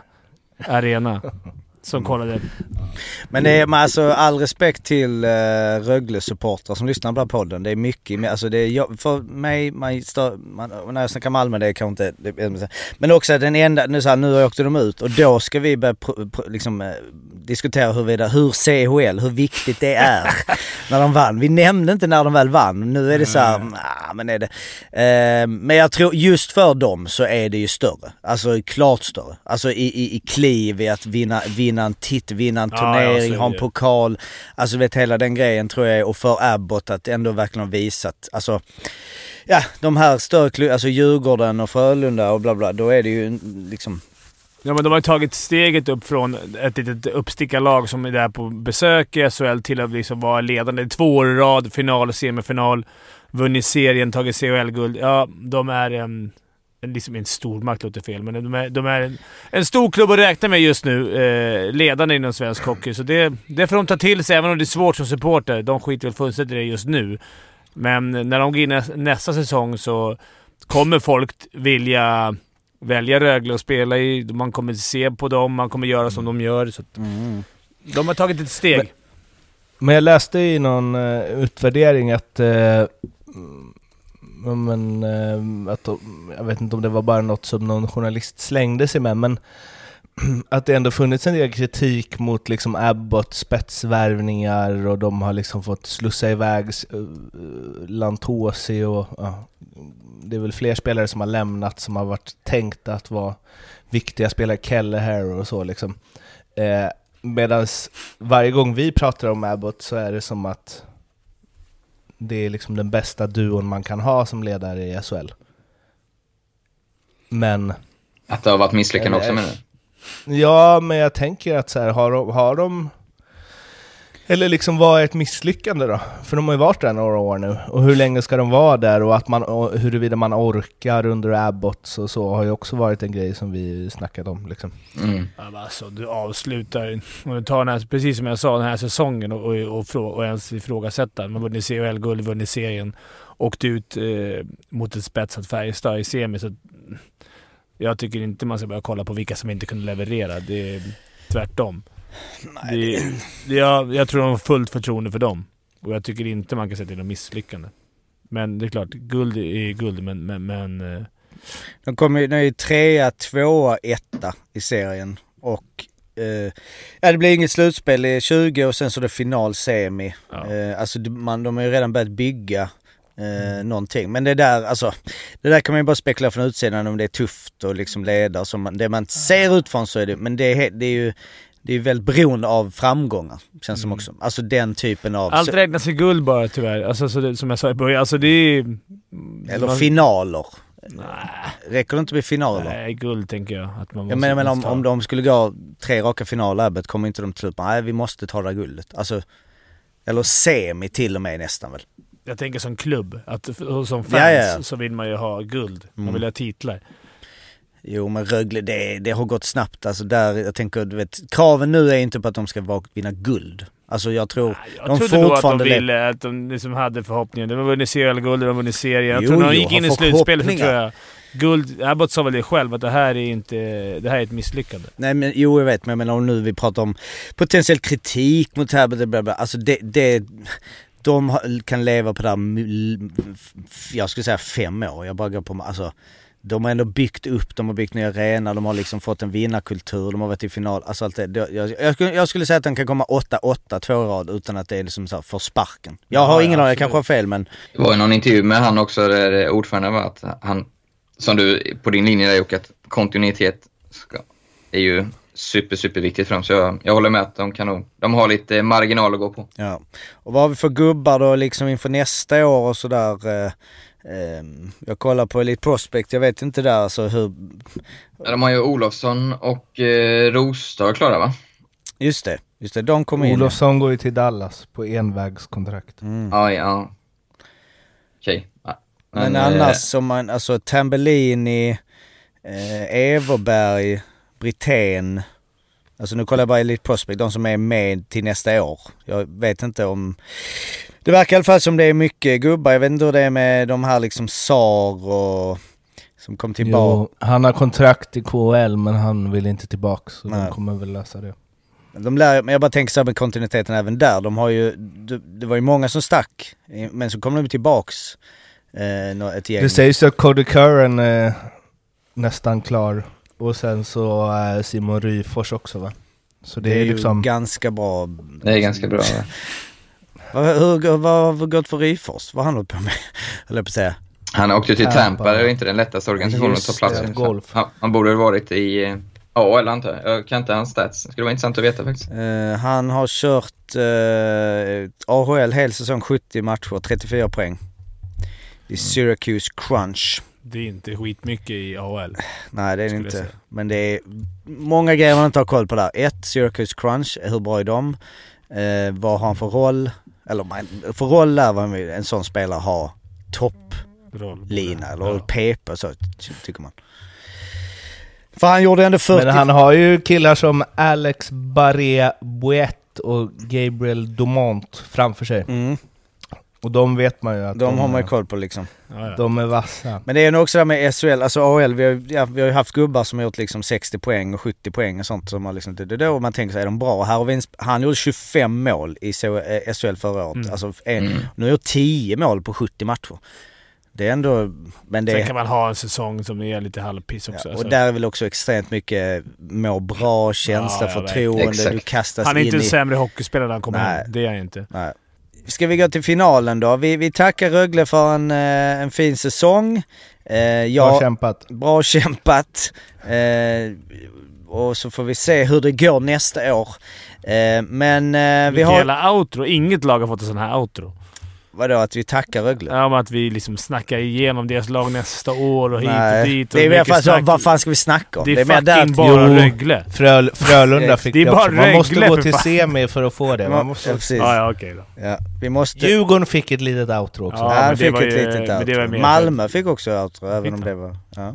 arena som kollade. Men det är men alltså all respekt till uh, Rögle-supportrar som lyssnar på den här podden. Det är mycket, alltså det är jag, för mig, man, stör, man, när jag snackar Malmö det är kanske inte, det, men också den enda, nu, så här, nu åkte de ut och då ska vi börja pr, pr, liksom, eh, diskutera huruvida, hur C H L, hur viktigt det är när de vann. Vi nämnde inte när de väl vann, nu är det så här, nah, men är det, eh, men jag tror just för dem så är det ju större, alltså klart större, alltså i, i, i kliv i att vinna, vinna en titt, vinna en Ja, turnering, ja, så ha är en det. pokal, alltså vet hela den grejen tror jag, och för Abbott att ändå verkligen ha visat, alltså ja, de här större klu- alltså Djurgården och Frölunda och bla bla, då är det ju liksom... Ja, men de har ju tagit steget upp från ett litet uppstickarlag som är där på besök i S H L till att liksom vara ledande två år i rad, final och semifinal, vunnit serien, tagit C H L-guld. Ja, de är en, en, liksom en stor makt, låter fel, men de är, de är en, en stor klubb att räkna med just nu, eh, ledande inom svensk hockey. Så det, det får de ta till sig, även om det är svårt som supporter. De skiter väl fullständigt i det just nu. Men när de går in nästa säsong så kommer folk vilja välja Rögle och spela i. Man kommer se på dem, man kommer göra som de gör. Så att Mm. de har tagit ett steg. Men, men jag läste i någon uh, utvärdering att, uh, men, uh, att de, jag vet inte om det var bara något som någon journalist slängde sig med, men att det ändå funnits en del kritik mot liksom Abbott spetsvärvningar och de har liksom fått slussa iväg uh, Lantosi och uh, det är väl fler spelare som har lämnat som har varit tänkt att vara viktiga spelare, Kelleher och så liksom. Eh, Medan varje gång vi pratar om Abbott så är det som att det är liksom den bästa duon man kan ha som ledare i S H L. Men Att det har varit misslyckande också med det. ja, men jag tänker att så här, har de, har de eller liksom vad är ett misslyckande då? För de har ju varit där några år nu. Och hur länge ska de vara där? Och att man, och huruvida man orkar under Abbott och så har ju också varit en grej som vi snackat om. Liksom. Mm. Ja, alltså, du avslutar och du tar den här, precis som jag sa, den här säsongen och, och, och, och ens ifrågasätta. Man vunnit C H L-guld, vunnit serien, åkt ut eh, mot ett spetsat Färjestad i semi. Så jag tycker inte man ska börja kolla på vilka som inte kunde leverera. Det är tvärtom. Nej, Det, det, jag, jag tror de har fullt förtroende för dem. Och jag tycker inte man kan sätta in något misslyckande. Men det är klart, guld är guld, men... men, men eh. De kommer ju, nu är trea, tvåa, etta i serien. Och eh, ja, det blir inget slutspel i tjugo och sen så är det final, semi. Ja. Eh, alltså man, de har ju redan börjat bygga eh, någonting. Men det där, alltså, det där kan man ju bara spekulera från utsidan om det är tufft och liksom leda. Så man, det man ser ut från så är det, men det är, det är ju... Det är väldigt beroende av framgångar, känns mm. som också. Alltså den typen av... Allt räknas i guld bara, tyvärr. Alltså, så det, som jag sa i början. Alltså, det är... Eller man, finaler. Nej. Räcker det inte med final då? Nej, guld tänker jag. Att man måste jag menar, men om, om de skulle gå tre raka finaler, kommer inte de till slut. Nej, vi måste ta det guldet. Alltså, eller semi till och med nästan väl. Jag tänker som klubb. Att som fans ja, ja, ja. så vill man ju ha guld. Man Mm. vill ha titlar. Jo, men Rögle, det, det har gått snabbt. Alltså där, jag tänker, du vet, kraven nu är inte på att de ska vinna guld. Alltså jag tror... Nej, jag de trodde nog att de le- ville, att de liksom hade förhoppningen. De har vunnit serieguld, de har vunnit serien. Jag Jo, tror när de jo, gick in har i slutspelet så förhoppningar. tror jag... Guld, Abbott sa väl det själv, att det här är inte... Det här är ett misslyckande. Nej, men jo, jag vet, men, men om nu vi pratar om potentiell kritik mot här, bla, bla, bla, alltså det... det de har- kan leva på det här, jag skulle säga fem år. Jag bara går på... Alltså, de har ändå byggt upp, de har byggt nya arena, de har liksom fått en vinnarkultur, de har varit i final. Alltså allt det, jag, jag, skulle, jag skulle säga att de kan komma åtta åtta två i rad utan att det är liksom så här för sparken. Jag har Ja, ingen ja, aning, jag kanske har fel, men... Det var ju någon intervju med han också där ordföranden var att han, som du på din linje där Jocke, att kontinuitet ska, är ju super, super viktigt för dem. Så jag, jag håller med att de kan nog, de har lite marginal att gå på. Ja. Och vad har vi för gubbar då liksom inför nästa år och sådär? Eh, eh, jag kollar på Elite Prospect, jag vet inte där så hur... Ja, de har ju Olofsson och eh, Rostad klara, va? Just det, just det, de kommer in. Olofsson går ju till Dallas på envägskontrakt. Mm. Ja, ja. Okej. Ja. Men, eh, annars som man, alltså Tambellini, eh, Everberg, Brithén, alltså nu kollar jag bara Elite Prospect, de som är med till nästa år. Jag vet inte om... Det verkar i alla fall som det är mycket gubbar. Jag vet inte hur det är med de här liksom Sar och... Som kom tillbaka. Jo, han har kontrakt i K H L men han vill inte tillbaka så Nej. de kommer väl lösa det. De lär, men jag bara tänker så här med kontinuiteten även där. De har ju... Det, det var ju många som stack. Men så kommer de tillbaks. Eh, ett gäng. Det sägs att Cody Curran är nästan klar. Och sen så är Simon Ryfors också, va? Så det, det är är ju liksom... ganska bra. Det är ganska bra. Ja. Vad hur, vad har gått för Ryfors? Vad har han hållit på med? Eller på att säga. Han åkte till Tampa. Tampa, det är inte den lättaste organisationen att ta Just plats det, i. golf. Han, han borde ha varit i eh, A H L antar jag. Jag kan inte hans stats. Det skulle vara intressant att veta faktiskt. Uh, han har kört uh, A H L hel säsong, sjuttio matcher, trettiofyra poäng. I Syracuse Crunch. Det är inte skitmycket i A H L. Nej, det är det Skulle jag inte. säga. Men det är många grejer man inte har koll på där. Ett, Syracuse Crunch, hur bra är de? Uh, vad har han för roll? Eller man, för roll där var en sån spelare har topplina eller Ja. P P så ty- tycker man. För han gjorde ändå fyrtio... Men han har ju killar som Alex Barré-Bouet och Gabriel Dumont framför sig. Mm, Och de vet man ju att de har man ju är- koll på liksom. Ja, ja. de är vassa. Men det är nog också det med S H L, alltså A H L, vi har, ja, vi har ju haft gubbar som har gjort liksom sextio poäng och sjuttio poäng och sånt som har liksom, det är då man tänker sig, är de bra? Här har vi en, han gjorde tjugofem mål i S H L förra året, Mm. alltså en, Mm. nu har jag tio mål på sjuttio matcher. Det är ändå, men det Sen är, kan man ha en säsong som är lite halvpiss också. ja, alltså. och där är väl också extremt mycket må bra, känsla, Ja, jag vet. förtroende, Exakt. du kastas Han är in inte en i... sämre hockeyspelare när han kommer Nej. hem. Det är han inte. Nej. Ska vi gå till finalen då? Vi, vi tackar Rögle för en, eh, en fin säsong. Eh, Bra jag, kämpat. Bra kämpat. Eh, och så får vi se hur det går nästa år. Eh, men eh, vi Vilket har... jävla outro. Inget lag har fått en sån här outro. Vadå, att vi tackar Rögle? Ja, men att vi liksom snackar igenom deras lag nästa år och hit Nej, och dit. Och det är i alla mycket fall så, snack. vad fan ska vi snacka om? Det är, mer fucking där att- bara Jo. Rögle. Fröl, Frölunda fick Det det, är bara också. Man måste Rögle, gå för till fan. semi för att få det. Man Ja, måste... precis. Ja, ja, okej då. Ja, vi måste... Djurgården fick ett litet outro också. Ja, Ja, men han det fick var ett ju- litet men det var outro. mer Malmö fick också outro, även Skit om då. det var... Ja.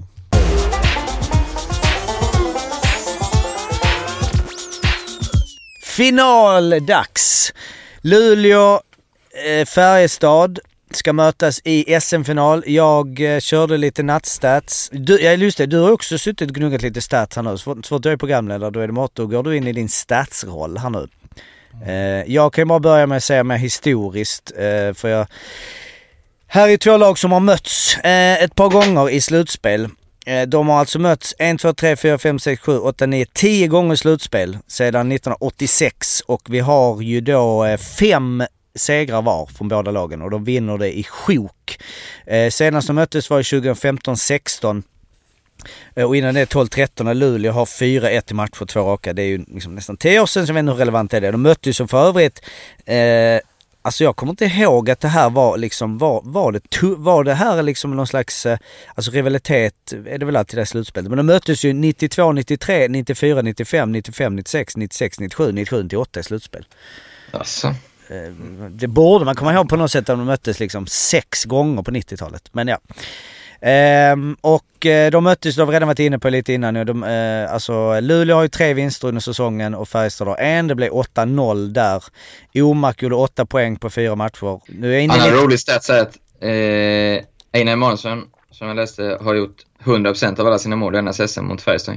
Finaldags! Luleå, eh, Färjestad ska mötas i S M-final. Jag eh, körde lite nattstats. Du, ja, just det, du har också suttit och gnuggat lite stats här nu. Så fort du är programledare, då är det mat. Då går du in i din statsroll här nu. Eh, jag kan ju bara börja med att säga mer historiskt. Eh, för jag... Här är två lag som har mötts eh, ett par gånger i slutspel. Eh, de har alltså mötts ett, två, tre, fyra, fem, sex, sju, åtta, nio, tio gånger slutspel sedan nittonhundraåttiosex. Och vi har ju då eh, fem segrar var från båda lagen och de vinner det i sjok. Eh, senast de möttes var i tjugohundrafemton sexton. Och innan det tolv tretton. Luleå har fyra ett i match för två raka. Det är ju liksom nästan tio år sedan, så jag vet inte hur relevant är det. De mötte ju som för övrigt eh, Alltså jag kommer inte ihåg att det här var liksom, var, var, det, var det här liksom någon slags, alltså rivalitet, är det väl alltid det slutspelet. Men de möttes ju nittiotvå nittiotre, nittiofyra nittiofem, nittiofem nittissex, nittiosex nittiosju, nittiosju nittioåtta i slutspel. Alltså. Det borde man komma ihåg på något sätt att de möttes liksom sex gånger på nittiotalet. Men ja. Ehm, och eh, de möttes, de har redan varit inne på lite innan nu. De, eh, alltså Luleå har ju tre vinster under säsongen och Färjestad har en. Det blev åtta noll där. Omark gjorde åtta poäng på fyra matcher. Nu är jag inne Han har lite... en rolig stats är att eh, Einar Emanuelsson, som jag läste, har gjort hundra procent av alla sina mål i N S S M mot Färjestad.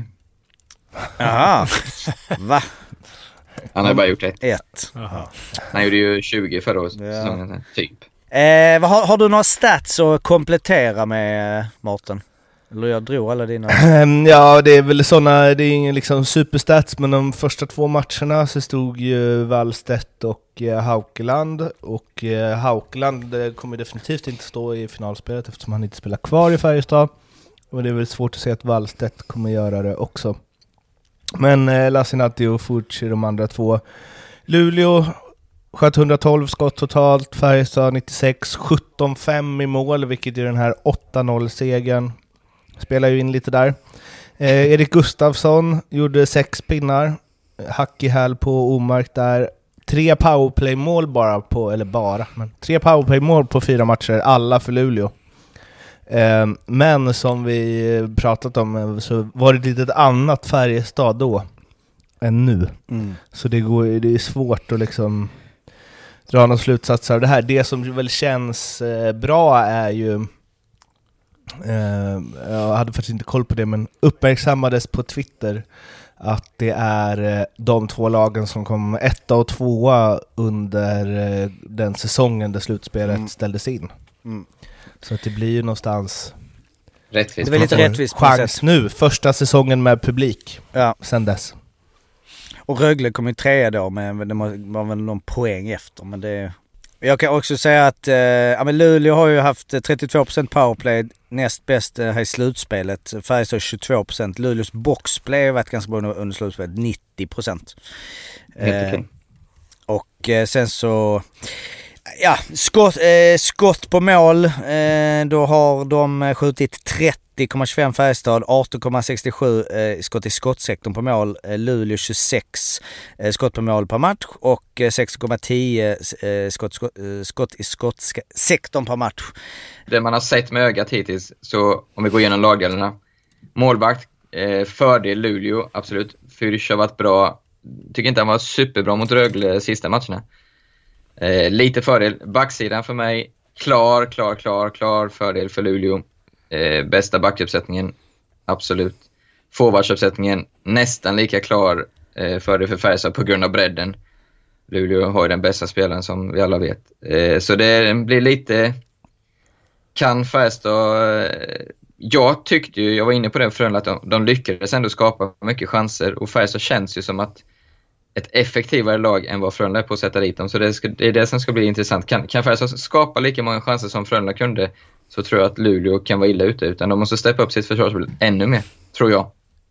Jaha, va? Han har bara gjort ett. Ett. Aha. Han gjorde ju tjugo förra året, Ja. säsongen, typ. Eh, vad, har, har du några stats att komplettera med, Martin? Eller jag drog alla dina... Ja, det är väl såna, det är ingen liksom superstats, men de första två matcherna så stod ju Wallstedt och eh, Haukeland, och eh, Haukeland eh, kommer definitivt inte stå i finalspelet eftersom han inte spelar kvar i Färjestad, och det är väl svårt att se att Wallstedt kommer göra det också. Men eh, Lassinatti och Fucci, de andra två. Luleå sköt etthundratolv skott totalt, Färjestad nittiosex, sjutton fem i mål, vilket är den här åtta noll-segern. Spelar ju in lite där. Eh, Erik Gustafsson gjorde sex pinnar. Hack i häl på Omark där. Tre powerplay-mål bara på, eller bara, men tre powerplay-mål på fyra matcher, alla för Luleå. Eh, men som vi pratat om så var det lite ett annat Färjestad då än nu. Mm. Så det, går, det är svårt att liksom dra någon slutsats av det här. Det som väl känns eh, bra är ju, Uh, jag hade faktiskt inte koll på det, men uppmärksammades på Twitter att det är uh, de två lagen som kom etta och tvåa under uh, den säsongen där slutspelet mm. ställdes in. Mm. Så att det blir ju någonstans rättvist. Det är lite rättvist chans nu, första säsongen med publik. Ja. Sen dess. Och Rögle kom ju trea då, men det var väl någon poäng efter, men det. Jag kan också säga att eh, ja, men Luleå har ju haft trettiotvå procent powerplay, näst bäst eh, här i slutspelet. Färjestad tjugotvå procent. Luleås boxplay har varit ganska bra under slutspelet, nittio procent. Eh, och eh, sen så, ja, skott, eh, skott på mål. Eh, då har de skjutit trettio komma tjugofem Färjestad, arton komma sextiosju eh, skott i skottsektorn på mål. Eh, Luleå tjugosex eh, skott på mål per match och eh, sex komma tio eh, skott, skott, eh, skott i skottsektorn per match. Det man har sett med ögat hittills, så om vi går igenom lagdelarna. Målvakt, eh, fördel Luleå, absolut. Fyrsch har varit bra. Tycker inte han var superbra mot Rögle sista matcherna. Eh, lite fördel. Backsidan för mig, klar, klar, klar, klar fördel för Luleå. Eh, bästa backuppsättningen, absolut. Forwardsuppsättningen, nästan lika klar eh, fördel för Färjestad på grund av bredden. Luleå har ju den bästa spelaren som vi alla vet. Eh, så det blir lite... Kan Färjestad... Eh, jag tyckte ju, jag var inne på det för att de, de lyckades ändå skapa mycket chanser. Och Färjestad känns ju som att ett effektivare lag än vad Frölunda är på att sätta dit dem. Så det, ska, det är det som ska bli intressant. Kan, kan Färjestad skapa lika många chanser som Frölunda kunde, så tror jag att Luleå kan vara illa ute. Utan de måste steppa upp sitt försvarsspel ännu mer, tror jag.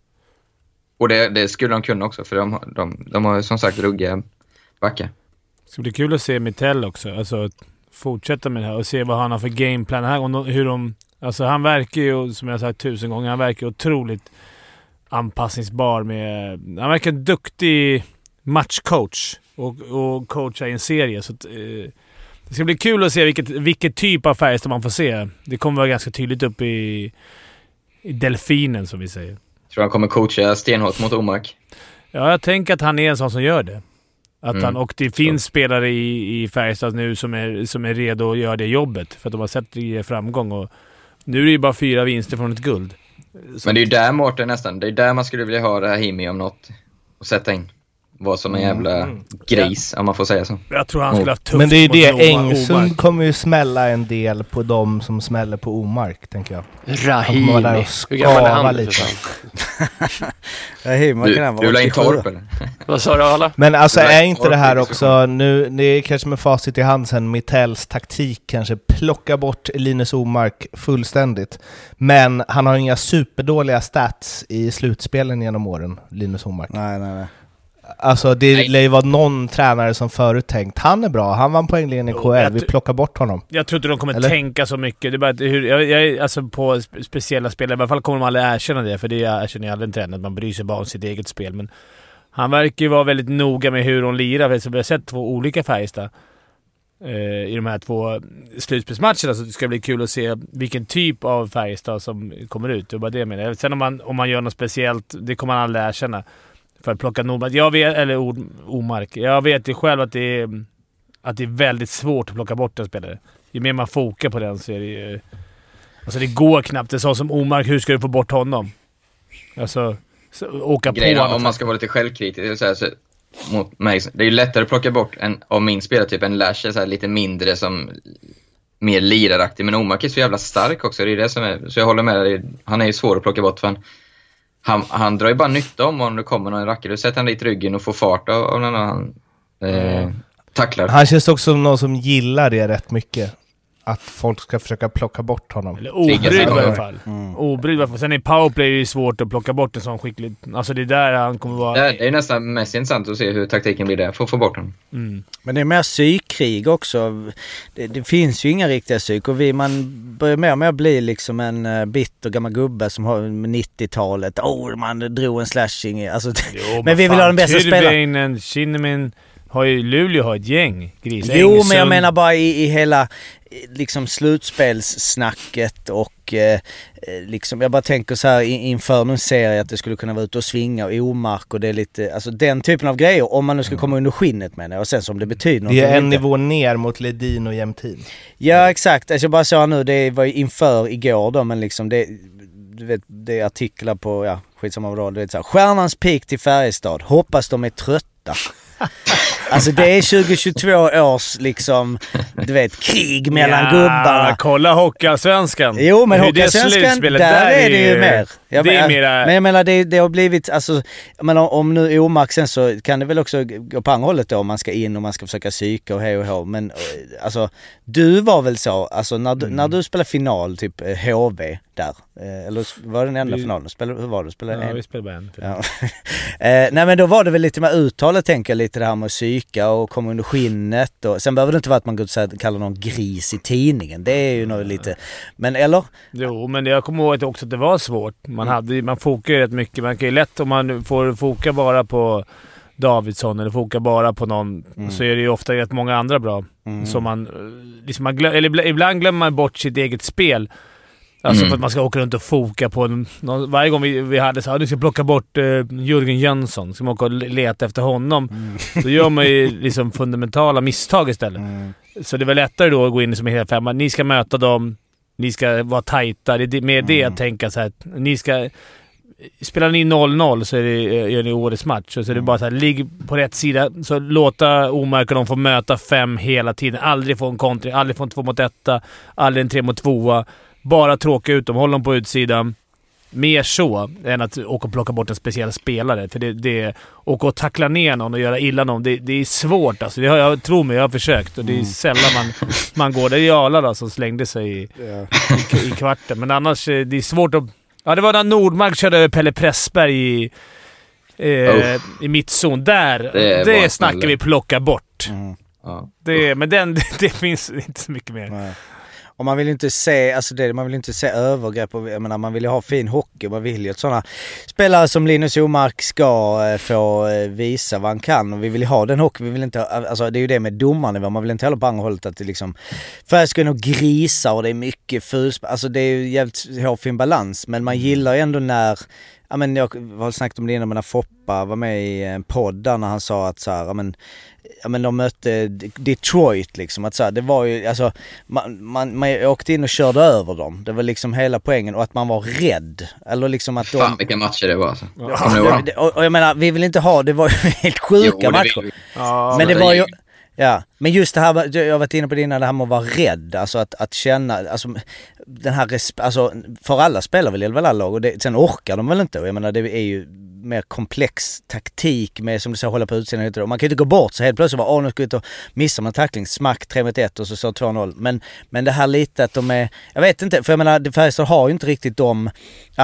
Och det, det skulle de kunna också, för de, de, de har som sagt ruggiga backar. Det ska bli kul att se Mittell också. Alltså fortsätta med det här och se vad han har för gameplan här. Och hur de, alltså han verkar ju, som jag sagt tusen gånger, han verkar otroligt anpassningsbar med... Han verkar en duktig matchcoach och, och coacha i en serie. Så att, eh, det ska bli kul att se vilket, vilket typ av Färjestad man får se. Det kommer vara ganska tydligt upp i, i delfinen, som vi säger. Jag tror han kommer coacha stenhårt mot Omark. Ja, jag tänker att han är en sån som gör det. Att mm. han, och det finns så. spelare i, i Färjestad nu som är, som är redo att göra det jobbet. För att de har sett det framgång. Och nu är det ju bara fyra vinster från ett guld. Så. Men det är ju där Mårten nästan. Det är där man skulle vilja ha Rahimi om något. Och sätta in. Var som en jävla mm. gris, ja. om man får säga så. Jag tror han skulle ha tufft. Men det är ju det, Engsund kommer ju smälla en del på dem som smäller på Omark, tänker jag. Rahimi. Hur gammal är han lite? Rahimi, du, kan du vill ha in Torp, eller? Vad sa du, alla? Men alltså är inte det här också, nu, det är kanske med facit i hand sen, Mittells taktik kanske plocka bort Linus Omark fullständigt. Men han har inga superdåliga stats i slutspelen genom åren, Linus Omark. Nej, nej, nej. Alltså det lär ju vara någon tränare som förut tänkt han är bra, han vann poängligen i K L, vi plockar bort honom. Jag tror inte de kommer Eller? tänka så mycket. Det är bara att hur, jag, jag, alltså på speciella spel, i alla fall kommer de aldrig erkänna det, för det erkänner ju aldrig en tränare, att man bryr sig bara om sitt eget spel. Men han verkar ju vara väldigt noga med hur de lirar, så vi har sett två olika Färjestad eh, i de här två slutspelsmatcherna, så det ska bli kul att se vilken typ av Färjestad som kommer ut. Det var det jag menar. Sen om man, om man gör något speciellt, det kommer man aldrig erkänna. För att plocka Nordmark. Jag vet, eller Ord, Omark. Jag vet ju själv att det, är, att det är väldigt svårt att plocka bort en spelare. Ju mer man fokar på den så är det ju... Alltså det går knappt. Det är så som Omark, hur ska du få bort honom? Alltså, så, åka Grejen, på honom. Om man ska vara lite självkritisk så här, så, mot mig, det är ju lättare att plocka bort en, av min spelare, typ en Lash, så här, lite mindre som mer liraraktig. Men Omark är så jävla stark också. Det är det som är, så jag håller med dig. Han är ju svår att plocka bort för han... Han, han drar ju bara nytta om om det kommer någon rackare. Du sätter han dit ryggen och får fart av, av någon annan eh, tacklar. Han känns också som någon som gillar det rätt mycket. Att folk ska försöka plocka bort honom. Eller obrydd i alla fall. Mm. Obrydd i alla fall. Sen i powerplay är det ju svårt att plocka bort en sån skicklig... Alltså det är där han kommer vara... Det är, det är nästan mest intressant att se hur taktiken blir där. För att få bort honom. Mm. Men det är mer psykkrig också. Det, det finns ju inga riktiga psyk. Och vi, man börjar mer och mer bli liksom en bitter gammal gubbe som har nittiotalet. Åh, oh, man drog en slashing. Alltså, jo, men vi vill ha den bästa spelaren. Tyrväinen, Kinnamin... Har ju Luleå har ett gäng gris. Jo, Engsund. Men jag menar bara i, i hela liksom slutspelssnacket och eh, liksom, jag bara tänker så här inför någon serie att det skulle kunna vara ute och svinga och Omark och det är lite, alltså den typen av grejer om man nu ska komma under skinnet med det och sen som det betyder något. Det är en nivå ner mot Ledin och Jämtin. Ja, exakt. Alltså jag bara sa nu, det var ju inför igår då, men liksom det, du vet, det är artiklar på, ja, skitsamma vad det är så här, stjärnans peak till Färjestad, hoppas de är trötta. Alltså det är tjugohundratjugotvå års liksom, du vet, krig mellan ja, gubbarna. Kolla Hockeyallsvenskan. Jo, men Hockeyallsvenskan, där, där är det ju mer. Jag det men, är mera... men jag menar, det, det har blivit, alltså, men om, om nu Omark sen så kan det väl också gå på andra hållet då, om man ska in och man ska försöka psyka och hej och hå. Men alltså, du var väl så, alltså när du, mm. när du spelade final, typ H V där, eller var det den enda vi... finalen? Spelade, hur var det? Spelade ja, en? vi spelade bara en. Ja. eh, nej, men då var det väl lite mer uttalet, tänker jag, lite det här med att psyka och komma under skinnet. Och, sen behöver det inte vara att man går och kallar någon gris i tidningen. Det är ju nog lite... Men eller? Jo, men jag kommer ihåg också att det var svårt. Man, hade, man fokar ju rätt mycket. Man kan ju lätt, om man får foka bara på Davidsson eller foka bara på någon, mm. så är det ju ofta rätt många andra bra. Mm. Så man, liksom man glöm, eller ibland glömmer man bort sitt eget spel. Alltså mm. för att man ska åka runt och foka på någon, varje gång vi, vi hade så här, du ska plocka bort uh, Jörgen Jönsson, ska man åka och leta efter honom. Mm. Då gör man ju liksom fundamentala misstag istället. Mm. Så det var lättare då att gå in som en hel femma. Ni ska möta dem, ni ska vara tajta. Det är med det att tänka så här, ni ska... Spelar ni noll noll så är det, gör ni årets match. Så är det bara så här, ligg på rätt sida. Så låta Omark och de få möta fem hela tiden. Aldrig få en kontring, aldrig få en två mot etta, aldrig en tre mot tvåa. Bara tråka ut dem, håll dem på utsidan. Mer så än att åka och plocka bort en speciell spelare. För det, det åka och tackla ner någon och göra illa någon, det, det är svårt alltså. Det har, jag tror mig, jag har försökt och det är sällan man, man går. Det är Jala då som slängde sig i, yeah. i, i kvarten. Men annars det är svårt att... Ja, det var när Nordmark körde över Pelle Pressberg i, eh, oh. i mittzon. Där, det, det snackar vi plocka bort. Mm. Ja. Det, men den, det, det finns inte så mycket mer. Nej. Och man vill inte se, alltså det, man vill inte se övergrepp. Och, jag menar, man vill ju ha fin hockey. Man vill ju att sådana spelare som Linus Omark ska eh, få eh, visa vad han kan. Och vi vill ju ha den hockey. Vi vill inte, alltså det är ju det med domarna. Man vill inte heller på andra hållet att det liksom... För ska nog grisa och det är mycket fusp. Alltså det är ju jävligt hårfin balans. Men man gillar ju ändå när... Ja, men jag har snackat om det innan, men när Foppa var med i en podd där när han sa att så här, ja, men, ja, men de mötte Detroit liksom, att så här, det var ju, alltså man, man, man åkte in och körde över dem, det var liksom hela poängen, och att man var rädd, eller liksom att de... Fan vilka matcher det var alltså. Ja, det, och, och jag menar, vi vill inte ha, det var ju helt sjuka jo, matcher, ja, men det var ju... Ja, men just det här, jag har varit inne på det innan, det här med att vara rädd, alltså att, att känna, alltså den här, alltså för alla spelar väl väl alla lag, och det, sen orkar de väl inte, och jag menar det är ju mer komplex taktik med, som du säger, hålla på utsidan, och man kan ju inte gå bort så helt plötsligt bara, åh nu ska vi ut och missa man tackling, smack tre mot ett och så står två noll, men, men det här lite att de är, jag vet inte, för jag menar Färjestad har ju inte riktigt de, ja,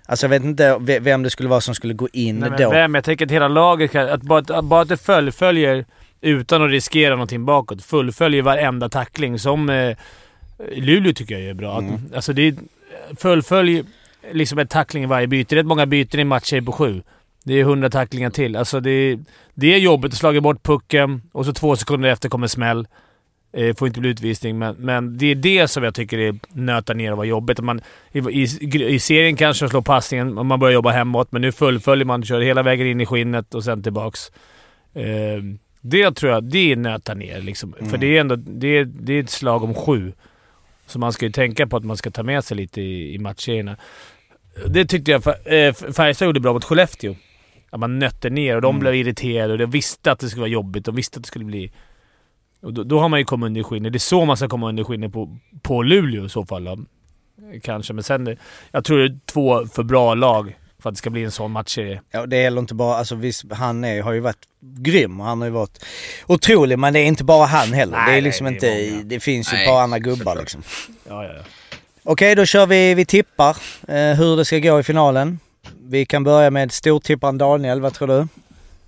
Alltså jag vet inte vem det skulle vara som skulle gå in Nej, men då. Vem? Jag tänker att hela laget kan, att bara, att bara att det fullföljer utan att riskera någonting bakåt. Fullföljer varenda tackling som eh, Luleå tycker jag är bra. Mm. Att, alltså det är, fullföljer liksom ett tackling i varje byte. Det är rätt många byten i matcher på sju. Det är hundra tacklingar till. Alltså det, det är jobbigt att slå bort pucken och så två sekunder efter kommer smäll. Eh, får inte bli utvisning, men, men det är det som jag tycker är nöta ner och vara jobbigt. Man, i, i, I serien kanske slår passningen och man börjar jobba hemåt, men nu fullföljer man, kör hela vägen in i skinnet och sen tillbaks. Eh, det tror jag, det är nöta ner liksom. Mm. För det är ändå det är, det är ett slag om sju. Så man ska ju tänka på att man ska ta med sig lite i, i matcherna. Det tyckte jag eh, Färjestad gjorde bra mot Skellefteå. Att man nötte ner och de mm. blev irriterade och de visste att det skulle vara jobbigt och visste att det skulle bli... Och då, då har man ju kommit under skinnet. Det är så man ska komma under skinnet på, på Luleå i så fall. Då. Kanske, men sen... Jag tror det är två för bra lag för att det ska bli en sån match. Ja, det gäller inte bara... Alltså visst, han är, har ju varit grym och han har ju varit otrolig, men det är inte bara han heller. Nej, det är liksom nej, det är inte... Det finns ju ett par andra gubbar liksom. Ja, ja, ja. Okej, då kör vi, vi tippar eh, hur det ska gå i finalen. Vi kan börja med stortipparen Daniel, vad tror du?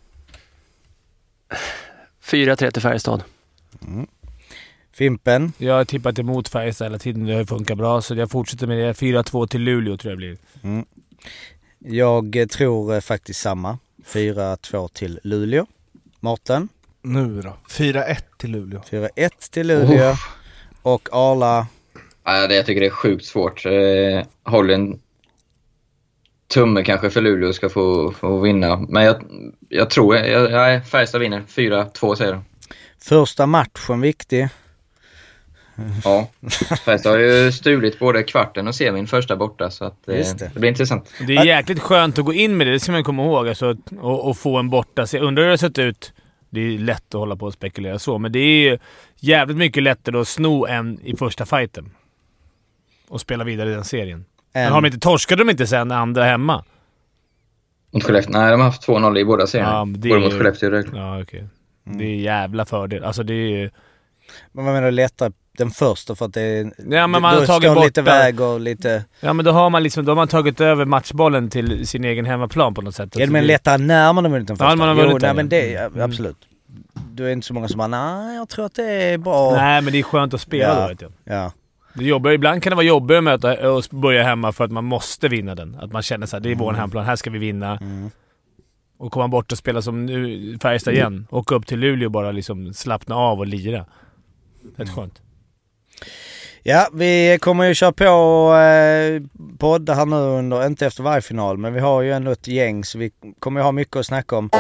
fyra tre till Färjestad. Mm. Fimpen? Jag har tippat emot Färjestad hela tiden, det har funkat bra, så jag fortsätter med det. fyra två till Luleå tror jag blir. Mm. Jag tror eh, faktiskt samma. fyra två till Luleå. Mårten? Nu då? fyra ett till Luleå. fyra ett till Luleå. Oh. Och Arla... Ja, det, jag tycker det är sjukt svårt. Eh, håller en tumme kanske för Luleå ska få, få vinna. Men jag, jag tror jag, jag, Färjestad vinner. fyra två säger jag. Första matchen viktig. Ja, Färjestad har ju stulit både kvarten och semin första borta. Så att, eh, det. det blir intressant. Det är jäkligt skönt att gå in med det. Det ska man komma ihåg. Alltså, och, och få en borta. Så undrar hur det har sett ut. Det är lätt att hålla på och spekulera så. Men det är jävligt mycket lättare att sno en i första fighten. Och spela vidare i den serien. Men har de inte torskat de inte sen andra hemma? Mot Skellefteå? Nej, de har haft två noll i båda serierna. Ja, det både mot Skellefteå och ja, okej. Okay. Mm. Det är jävla fördel. Alltså det är... Men vad menar du lättare den första för att det är... Ja, men man har tagit bort lite väg och lite... Ja, men då har man liksom... Då har man tagit över matchbollen till sin egen hemmaplan på något sätt. Ja, men lättare när man har vunnit den första. Ja, man har vunnit jo, nej, men det... Ja, absolut. Mm. Du är inte så många som bara, nej, jag tror att det är bra. Nej, men det är skönt att spela ja. då, vet jag. Ja. Det jobbar, ibland kan det vara jobbigt att möta och börja hemma för att man måste vinna den. Att man känner så här, det är mm. vår hemplan, här ska vi vinna. Mm. Och komma bort och spela som nu Färjestad igen. Mm. Åka upp till Luleå och bara liksom slappna av och lira. Det är mm. skönt. Ja, vi kommer ju köra på eh, podd här nu under, inte efter varje final, men vi har ju ändå ett gäng så vi kommer ju ha mycket att snacka om.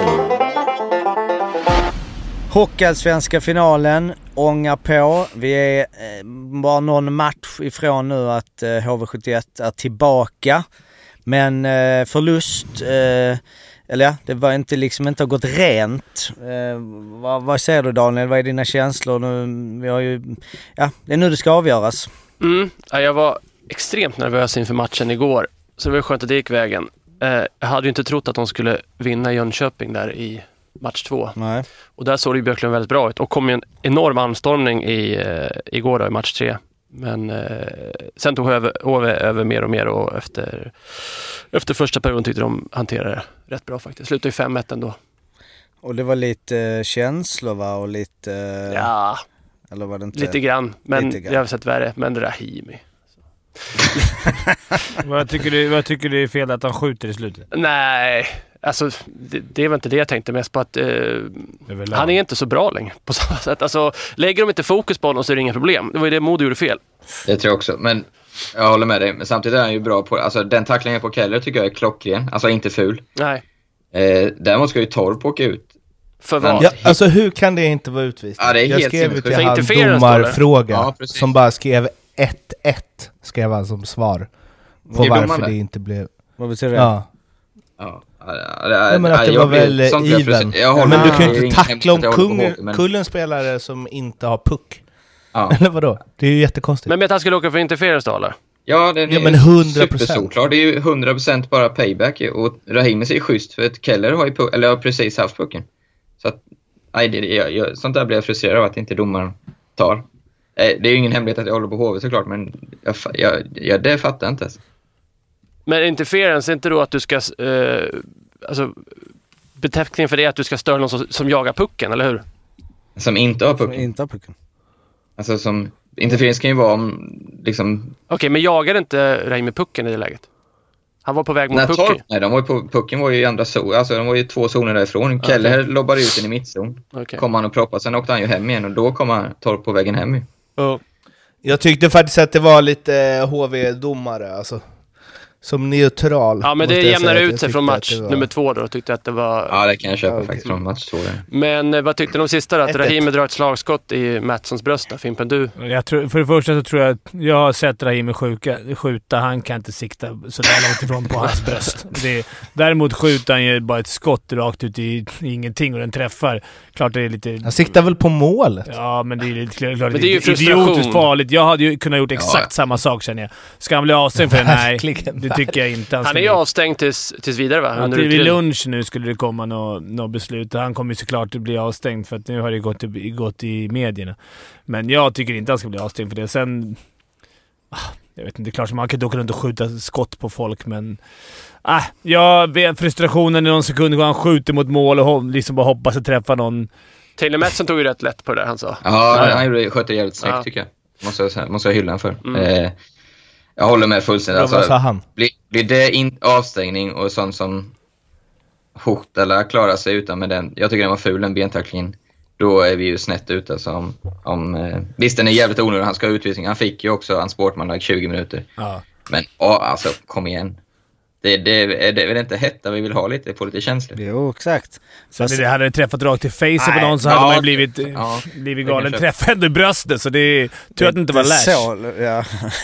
Hockeyallsvenska finalen ångar på. Vi är eh, bara någon match ifrån nu att eh, H V sjuttioett är tillbaka. Men eh, förlust, eh, eller ja, det var inte liksom inte har gått rent. Eh, vad, vad säger du Daniel? Vad är dina känslor? Nu, vi har ju, ja, det är nu det ska avgöras. Mm, jag var extremt nervös inför matchen igår. Så det var skönt att det gick vägen. Eh, jag hade ju inte trott att de skulle vinna Jönköping där i match två. Nej. Och där såg det ju Björklund väldigt bra ut. Och kom ju en enorm anstormning i, eh, igår då, i match tre. Men eh, sen tog H V över mer och mer och efter, efter första perioden tyckte de hanterade det rätt bra faktiskt. Slutade ju fem ett ändå. Och det var lite eh, känslor va? Och lite... Eh, ja, eller var det inte? lite grann. Men lite grann. Jag har sett värre. Men det där Himi. vad, tycker du, vad tycker du är fel att han skjuter i slutet? Nej, alltså det, det är väl inte det jag tänkte mest på att eh, han är inte så bra längre på samma sätt. Alltså lägger de inte fokus på honom så är det inga problem. Det var ju det Modo gjorde fel. Det tror jag också, men jag håller med dig. Men samtidigt är han ju bra på, alltså den tacklingen på Keller tycker jag är klockren. Alltså inte ful. Nej. Eh, däremot ska ju Torp åka ut. För vad? Ja, alltså hur kan det inte vara utvisning? Ja, det är jag helt skrev till han domarfråga ja, som bara skrev ett ett skrev han som svar på det varför det inte blev... Vad betyder det? Ja. Ja, ja, det är, ja men att det jag, var väl even. Ja, men du kan ju inte tackla om kung, ihåg, men... kullen spelare som inte har puck. Ja. Eller vadå? Det är ju jättekonstigt. Men med att han skulle åka för interference då, eller? Ja, det är ja, men hundra procent. Supersolklar. Det är ju hundra procent bara payback. Och Rahimi är schysst för att Keller har ju puck, eller har precis haft pucken. Så att, nej, det, jag, jag, sånt där blir jag frustrerad av att inte domaren tar. Det är ju ingen hemlighet att jag håller på H V såklart, men jag, jag, jag, det fattar jag inte. Men interference är inte då att du ska... Eh, alltså, beteckningen för det är att du ska störa någon som, som jagar pucken, eller hur? Som inte har pucken. Som inte har pucken. Alltså som... Interference kan ju vara om... Liksom... Okej, okay, men jagade inte Raimi pucken i det läget? Han var på väg mot pucken. Nej, de var ju på, pucken var ju i andra zon. Alltså de var ju två zoner därifrån. Okay. Keller lobbade ut den i mittzon. Okay. Kom han och proppade. Sen åkte han ju hem igen och då kom han Torp på vägen hem. Oh. Jag tyckte faktiskt att det var lite H V-domare, alltså. Som neutral. Ja, men det jämnar ut sig från match var... nummer två då. Tyckte att det var... Ja, det kan jag köpa ja, okay. faktiskt från match två. Men eh, vad tyckte de sista då? Att Rahimi drar ett slagskott i Mattssons bröst då? Fimpen, du? Jag tror, för det första så tror jag att jag har sett Rahimi skjuka, skjuta. Han kan inte sikta så där långt ifrån på hans bröst. Det, däremot skjuter han ju bara ett skott rakt ut i, i ingenting och den träffar. Klart det är lite... Han siktar väl på målet? Ja, men det är lite klart, men det är ju idiotiskt farligt. Jag hade ju kunnat gjort exakt ja. samma sak, känner jag. Ska han bli avstängd för det? Nej, det tycker jag inte. Han, han är ju avstängd tills, tills vidare, va? Ja, till vid lunch nu skulle det komma något nå beslut. Han kommer ju såklart att bli avstängd för att nu har det gått, gått i medierna. Men jag tycker inte han ska bli avstängd för det. Sen... Jag vet inte, det är klart som man kan åka runt och skjuta skott på folk, men... Ah, jag vet frustrationen i någon sekund går han skjuter mot mål och liksom bara hoppas att träffa någon. Taylor Matson tog ju rätt lätt på det där, han sa. Ja, ja. han gjorde, skötte jävligt snyggt ja. tycker jag. Måste jag, måste jag hylla han för. Mm. Eh, jag håller med fullständigt. Alltså, vad sa han? Blir, blir det in, avstängning och sånt som hot eller klarar sig utan med den. Jag tycker den var ful, en bentacklingen. Då är vi ju snett ute. Alltså, om, om, eh, visst, den är jävligt onödig. Han ska ha utvisning. Han fick ju också en sportman tjugo minuter. Ja. Men åh, alltså, kom igen. Det, det, det, det är väl inte hetta vi vill ha lite på lite känslor. Jo, exakt. Så det, det hade det träffat rakt i face på någon så ja, hade man ju blivit, ja, blivit galen. Träffade ändå i bröstet, så det är tur att det inte var lash. Så, ja.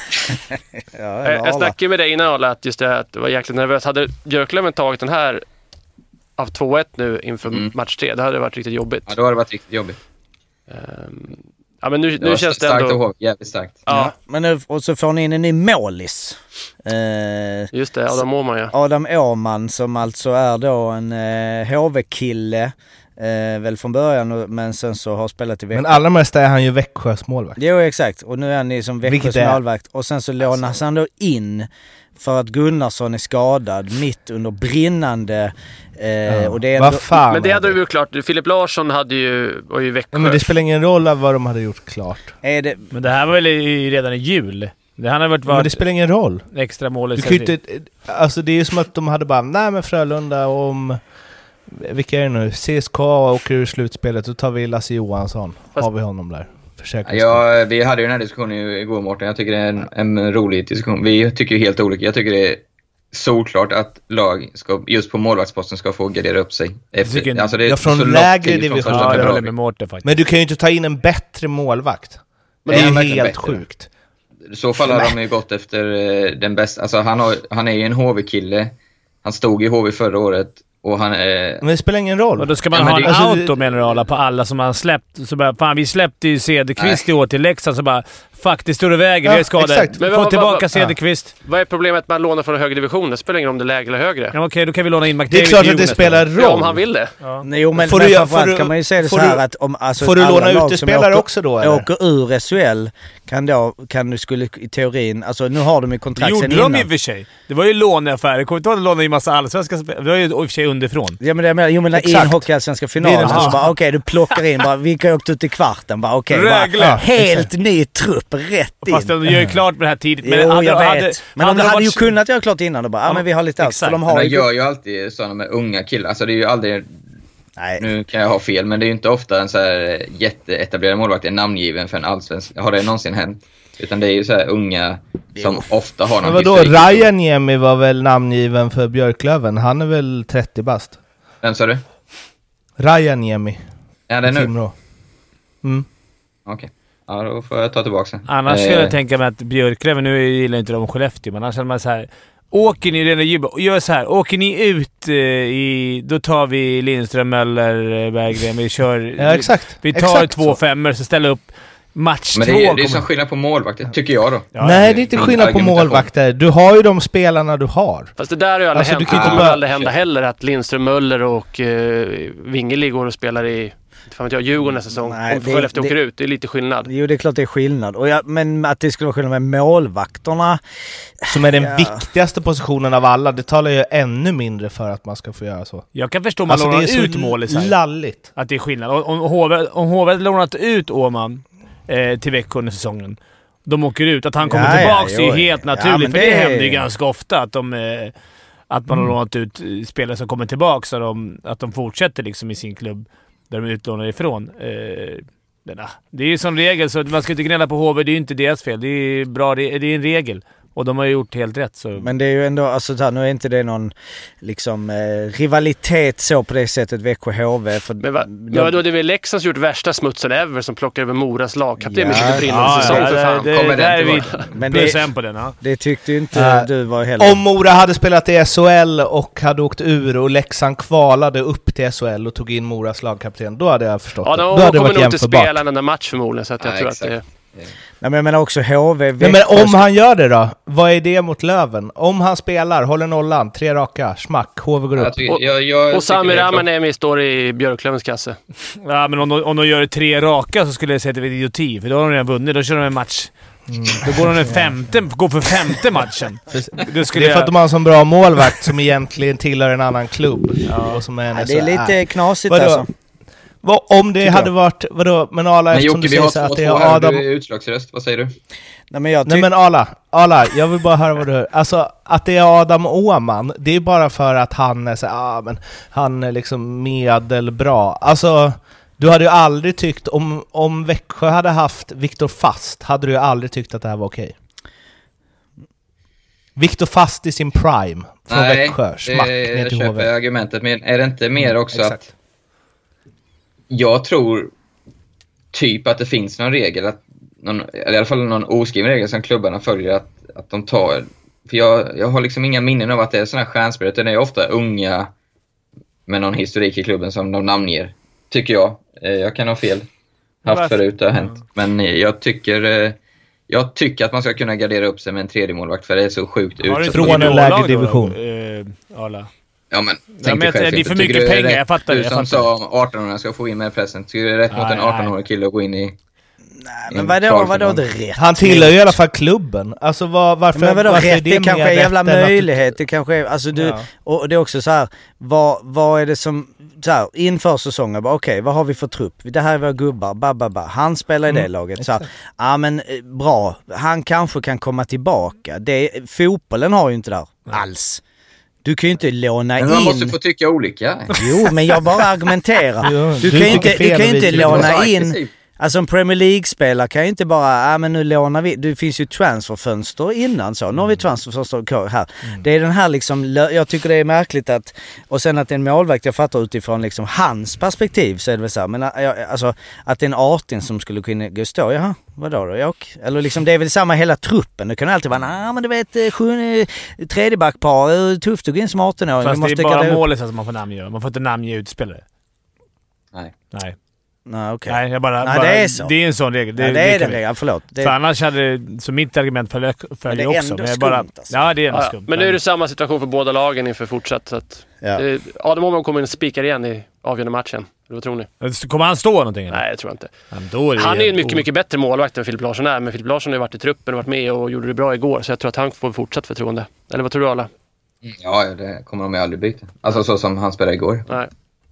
ja, jag jag snackade med dig innan, Arla, att just det att det var jäkligt nervöst. Hade Björklöven tagit den här av två ett nu inför mm. match tre, det hade varit riktigt jobbigt. Ja, då hade det varit riktigt jobbigt. Um, ja, men nu, nu känns det ändå... Starkt och jävligt starkt. Ja. Ja, men nu, och så får ni in en ny målis. Eh, Just det, Adam Åhman, ja. Adam Åhman som alltså är då en eh, H V-kille eh, väl från början, men sen så har spelat i Växjö. Men allra mest är han ju Växjös målvakt. Jo, exakt. Och nu är han ju som Växjös målvakt. Och sen så lånas alltså. han då in för att Gunnarsson är skadad mitt under brinnande... Eh, ja. och det är ändå... fan, men det hade ju klart. Filip Larsson hade ju, var ju Växjö. Ja, men det spelar ingen roll av vad de hade gjort klart. Är det... Men det här var väl i, redan i jul? Det hade varit men det spelar ingen roll. Extra mål. Du inte, alltså det är ju som att de hade bara, nej men Frölunda om... Vilka är det nu? C S K A åker ur slutspelet, då tar vi Lasse Johansson. Fast... Har vi honom där? Ja, vi hade ju den här diskussionen igår, Mårten. Jag tycker det är en, en rolig diskussion. Vi tycker ju helt olika. Jag tycker det är såklart att lag ska, just på målvaktsposten ska få gardera upp sig. Efter, alltså det är ja, från så lägre division. Ja, jag håller med Mårten faktiskt. Men du kan ju inte ta in en bättre målvakt. Men det är ju helt bättre. Sjukt. I så fall har de ju gått efter uh, den bästa. Alltså han, har, han är ju en H V-kille. Han stod i H V förra året. Och han, eh... Men det spelar ingen roll. Och då ska man ja, ha en alltså, auto menar du alla på alla som man släppt. Så bara, fan vi släppte ju Cederqvist i år till Leksand, så bara fuck det står i vägen, vi är skadade. Få vad, tillbaka vad, Cederqvist. Ja. Vad är problemet med att låna från en högre division? Det spelar ingen om det är lägre eller högre. Ja, okej, okay, då kan vi låna in McDavid. Det är klart att det spelar roll. Ja, om han vill det. Ja. Nej, men, får men du, framförallt du, kan man ju säga det så här att om alltså, får du låna utespelare också då? Eller? Åker ur S H L kan då, kan du skulle i teorin, alltså nu har de ju kontrakt sen innan. Det gjorde de i och för sig. Det var ju låneaffärer. Kommer inte ihåg att låna i massa allsvenska spel. Det var ju i och för sig underifrån. Ja, men det menar, jo men i en hockeyallsvenska final så bara okej, okay, du plockar in bara, vi kan ju åkt ut i kvarten bara okej, okay, bara, helt exakt. Ny trupp rätt in. Fast de gör ju klart med det här tidigt. Men, jo, hade, jag hade, vet. men hade de hade varit... ju kunnat göra klart innan och bara, ja men vi har lite allt. De har ju... gör ju alltid sådana med unga killar. Alltså det är ju aldrig... Nej. Nu kan jag ha fel, men det är ju inte ofta en så här jätteetablerad målvakt är namngiven för en allsvensk. Har det någonsin hänt? Utan det är ju så här unga som jo. ofta har någon... Men vadå, Ryan Niemi var väl namngiven för Björklöven? Han är väl trettio bast? Vem sa du? Ryan Niemi. Ja, det är nu. Mm. Okej. Okay. Ja, då får jag ta tillbaka sen. Annars skulle eh. jag tänka mig att Björklöven, nu gillar inte de Skellefteå, men annars känner man så här... Åker ni redan jubel och gör så här, åker ni ut eh, i, då tar vi Lindström, Möller, Berggren, vi kör... Ja, exakt. Vi tar exakt två så. femmer så ställer upp match men två. Men det är, det är som skillnad på målvakter, tycker jag då. Ja, nej, det är inte skillnad på målvakter. Du har ju de spelarna du har. Fast det där har ju aldrig alltså, hänt. Det kommer aldrig hända heller att Lindström, Möller och uh, Wingeli går och spelar i Fan vet jag, Djurgården nästa säsong. Nej, om Skellefteå det- åker ut, det är lite skillnad. Jo, det är klart det är skillnad. Och jag, men att det skulle vara skillnad med målvakterna... Som är den Ja. viktigaste positionen av alla. Det talar ju ännu mindre för att man ska få göra så. Jag kan förstå om man Alltså, lånar det är så ut målis här. lalligt. Att det är skillnad. Om, om H V om H V hade lånat ut Åman eh, till Växjö under säsongen, de åker ut. Att han kommer Ja, tillbaka ja, är ju jo. helt Ja, naturligt. men för det det är- händer ju ganska ofta att, de, eh, att man Mm. har lånat ut eh, spelare som kommer tillbaka, så de, att de fortsätter liksom i sin klubb där de är utlånade ifrån. Eh, men, ah, det är ju som regel så att man ska inte gnälla på H V. Det är ju inte deras fel. Det är, bra, det är, det är en regel. Och de har gjort helt rätt. Så. Men det är ju ändå, alltså här, nu är inte det någon liksom eh, rivalitet så på det sättet Växjö-H V. För Men va, de, ja, då är det väl Leksand som gjort värsta smutsen ever som plockar över Moras lagkapten med Ja. mycket brinnande säsong för fan. det, Kommer det, den där är vi tillbaka? Men plus det- en på den. Ja. det tyckte ju inte Äh, du var heller. Om Mora hade spelat i S H L och hade åkt ur och Leksand kvalade upp till S H L och tog in Moras lagkapten, då hade jag förstått Ja, det. de Då hade det kommer varit nog inte jämförbart. spela en enda match förmodligen, så att jag Ja, tror exakt. att det... Nej, men jag menar också H V, Nej, Växjö. men om han gör det då? Vad är det mot Löven? Om han spelar, håller nollan, tre raka, smack, H V går upp. Jag tycker, jag, jag Och Sami tycker det är klart. Ramanemi står i Björklövens kasse. Ja, men om de, om de gör tre raka så skulle jag säga att det är idioti. För då har de redan vunnit. Då kör de en match. Då går de en femte, går för femte matchen. Då skulle Det är för att jag, de har en sån bra målvakt som egentligen tillhör en annan klubb. Och som är en Ja, det är så- lite äh. knasigt Vadå? alltså. Vad, om det Tycker hade jag. varit, vadå, men Ala, Men eftersom Jocke, du vi har säger så att det två är två här. Adam... Du är utslagsröst. Vad säger du? Nej, men jag Nej tyck- men Ala, Ala, jag vill bara höra vad du... Alltså, att det är Adam Åman, det är bara för att han är så ah, men han är liksom medelbra. Alltså, du hade ju aldrig tyckt, om, om Växjö hade haft Viktor Fast, hade du ju aldrig tyckt att det här var okej. Viktor Fast i sin prime från Nej, Växjö, smack det, ner jag till köper H V. argumentet. Men är det inte mer också exakt. att jag tror typ att det finns någon regel, att någon, eller i alla fall någon oskriven regel som klubbarna följer, att, att de tar... För jag, jag har liksom inga minnen av att det är sådana här stjärnspelare, utan det är ofta unga med någon historik i klubben som de namnger, tycker jag. Eh, Jag kan ha fel. Haft Varför? förut, det har hänt. Men eh, jag tycker... eh, Jag tycker att man ska kunna gardera upp sig med en tredje målvakt, för det är så sjukt har du utsatt. Från en ett lägre lag då, division. eh, Arla? Ja, men Ja, tänk men dig själv. det är för Tycker mycket du det är pengar, rätt- jag fattar det, Du jag som fattar sa arton-åringar ska få in mer present. Tycker du det är rätt mot Nej, en nej. arton-årig kille att gå in i... Nej, men vadå, vadå det rätt? Han tillhör ju i alla fall klubben. Alltså var, varför, Men vadå varför rätt? Det kanske mer är jävla rätt än att- möjlighet. Det kanske är, alltså du, Ja. och det är också så här, vad, vad är det som, så här, inför säsongen, bara, okej, vad har vi för trupp? Det här är våra gubbar, bababa. Han spelar i det Mm, laget. Så här, ja men eh, bra, han kanske kan komma tillbaka. Det, fotbollen har ju inte där alls. Du kan ju inte låna Men in... man måste få tycka olika. Jo, men jag bara argumenterar. Jo, Du kan ju tycker inte, fel du kan och ju vi inte tycker låna bra. in... Aggressiv. Alltså en Premier League-spelare kan ju inte bara, ja men nu lånar vi, det finns ju transferfönster innan så, nu har vi transferfönster här. Mm. Det är den här liksom, jag tycker det är märkligt att, och sen att en målvakt, jag fattar utifrån liksom hans perspektiv så är det väl så här, men alltså att det är en arton som skulle kunna gå och stå, jaha, vadå då, ja, och, eller liksom det är väl samma hela truppen, det kan alltid vara, nej men du vet, sjunde, tredje backpar, tufft att gå in som arton-åring. Fast Vi måste det är bara gardera upp. målet som man får namnge. Man får inte namnge utspelare. Nej. Nej. Nej, okej. Nej, jag bara, Nej, bara, det är så. Det är en sån regel. Ja, det är kan den vi. regeln, förlåt. Det, För annars hade... Så mitt argument följer Men följer det är också. ändå Men jag bara, skumt, alltså. ja, det är ändå Ja, ja. skumt. Men nu är det samma situation för båda lagen inför fortsatt. Så att, ja. eh, Adam Åman kommer in och spikar igen i avgörande matchen. Vad tror ni? Kommer han stå någonting? eller? Nej, det tror jag inte. Ja, men då är det Han är ju en helt mycket, o- mycket bättre målvakt än Filip Larsson är. Men Filip Larsson har ju varit i truppen och varit med och gjorde det bra igår. Så jag tror att han får fortsatt förtroende. Eller vad tror du, Alla? Ja, det kommer de ju aldrig byta. Alltså så som han spelade igår. Nej.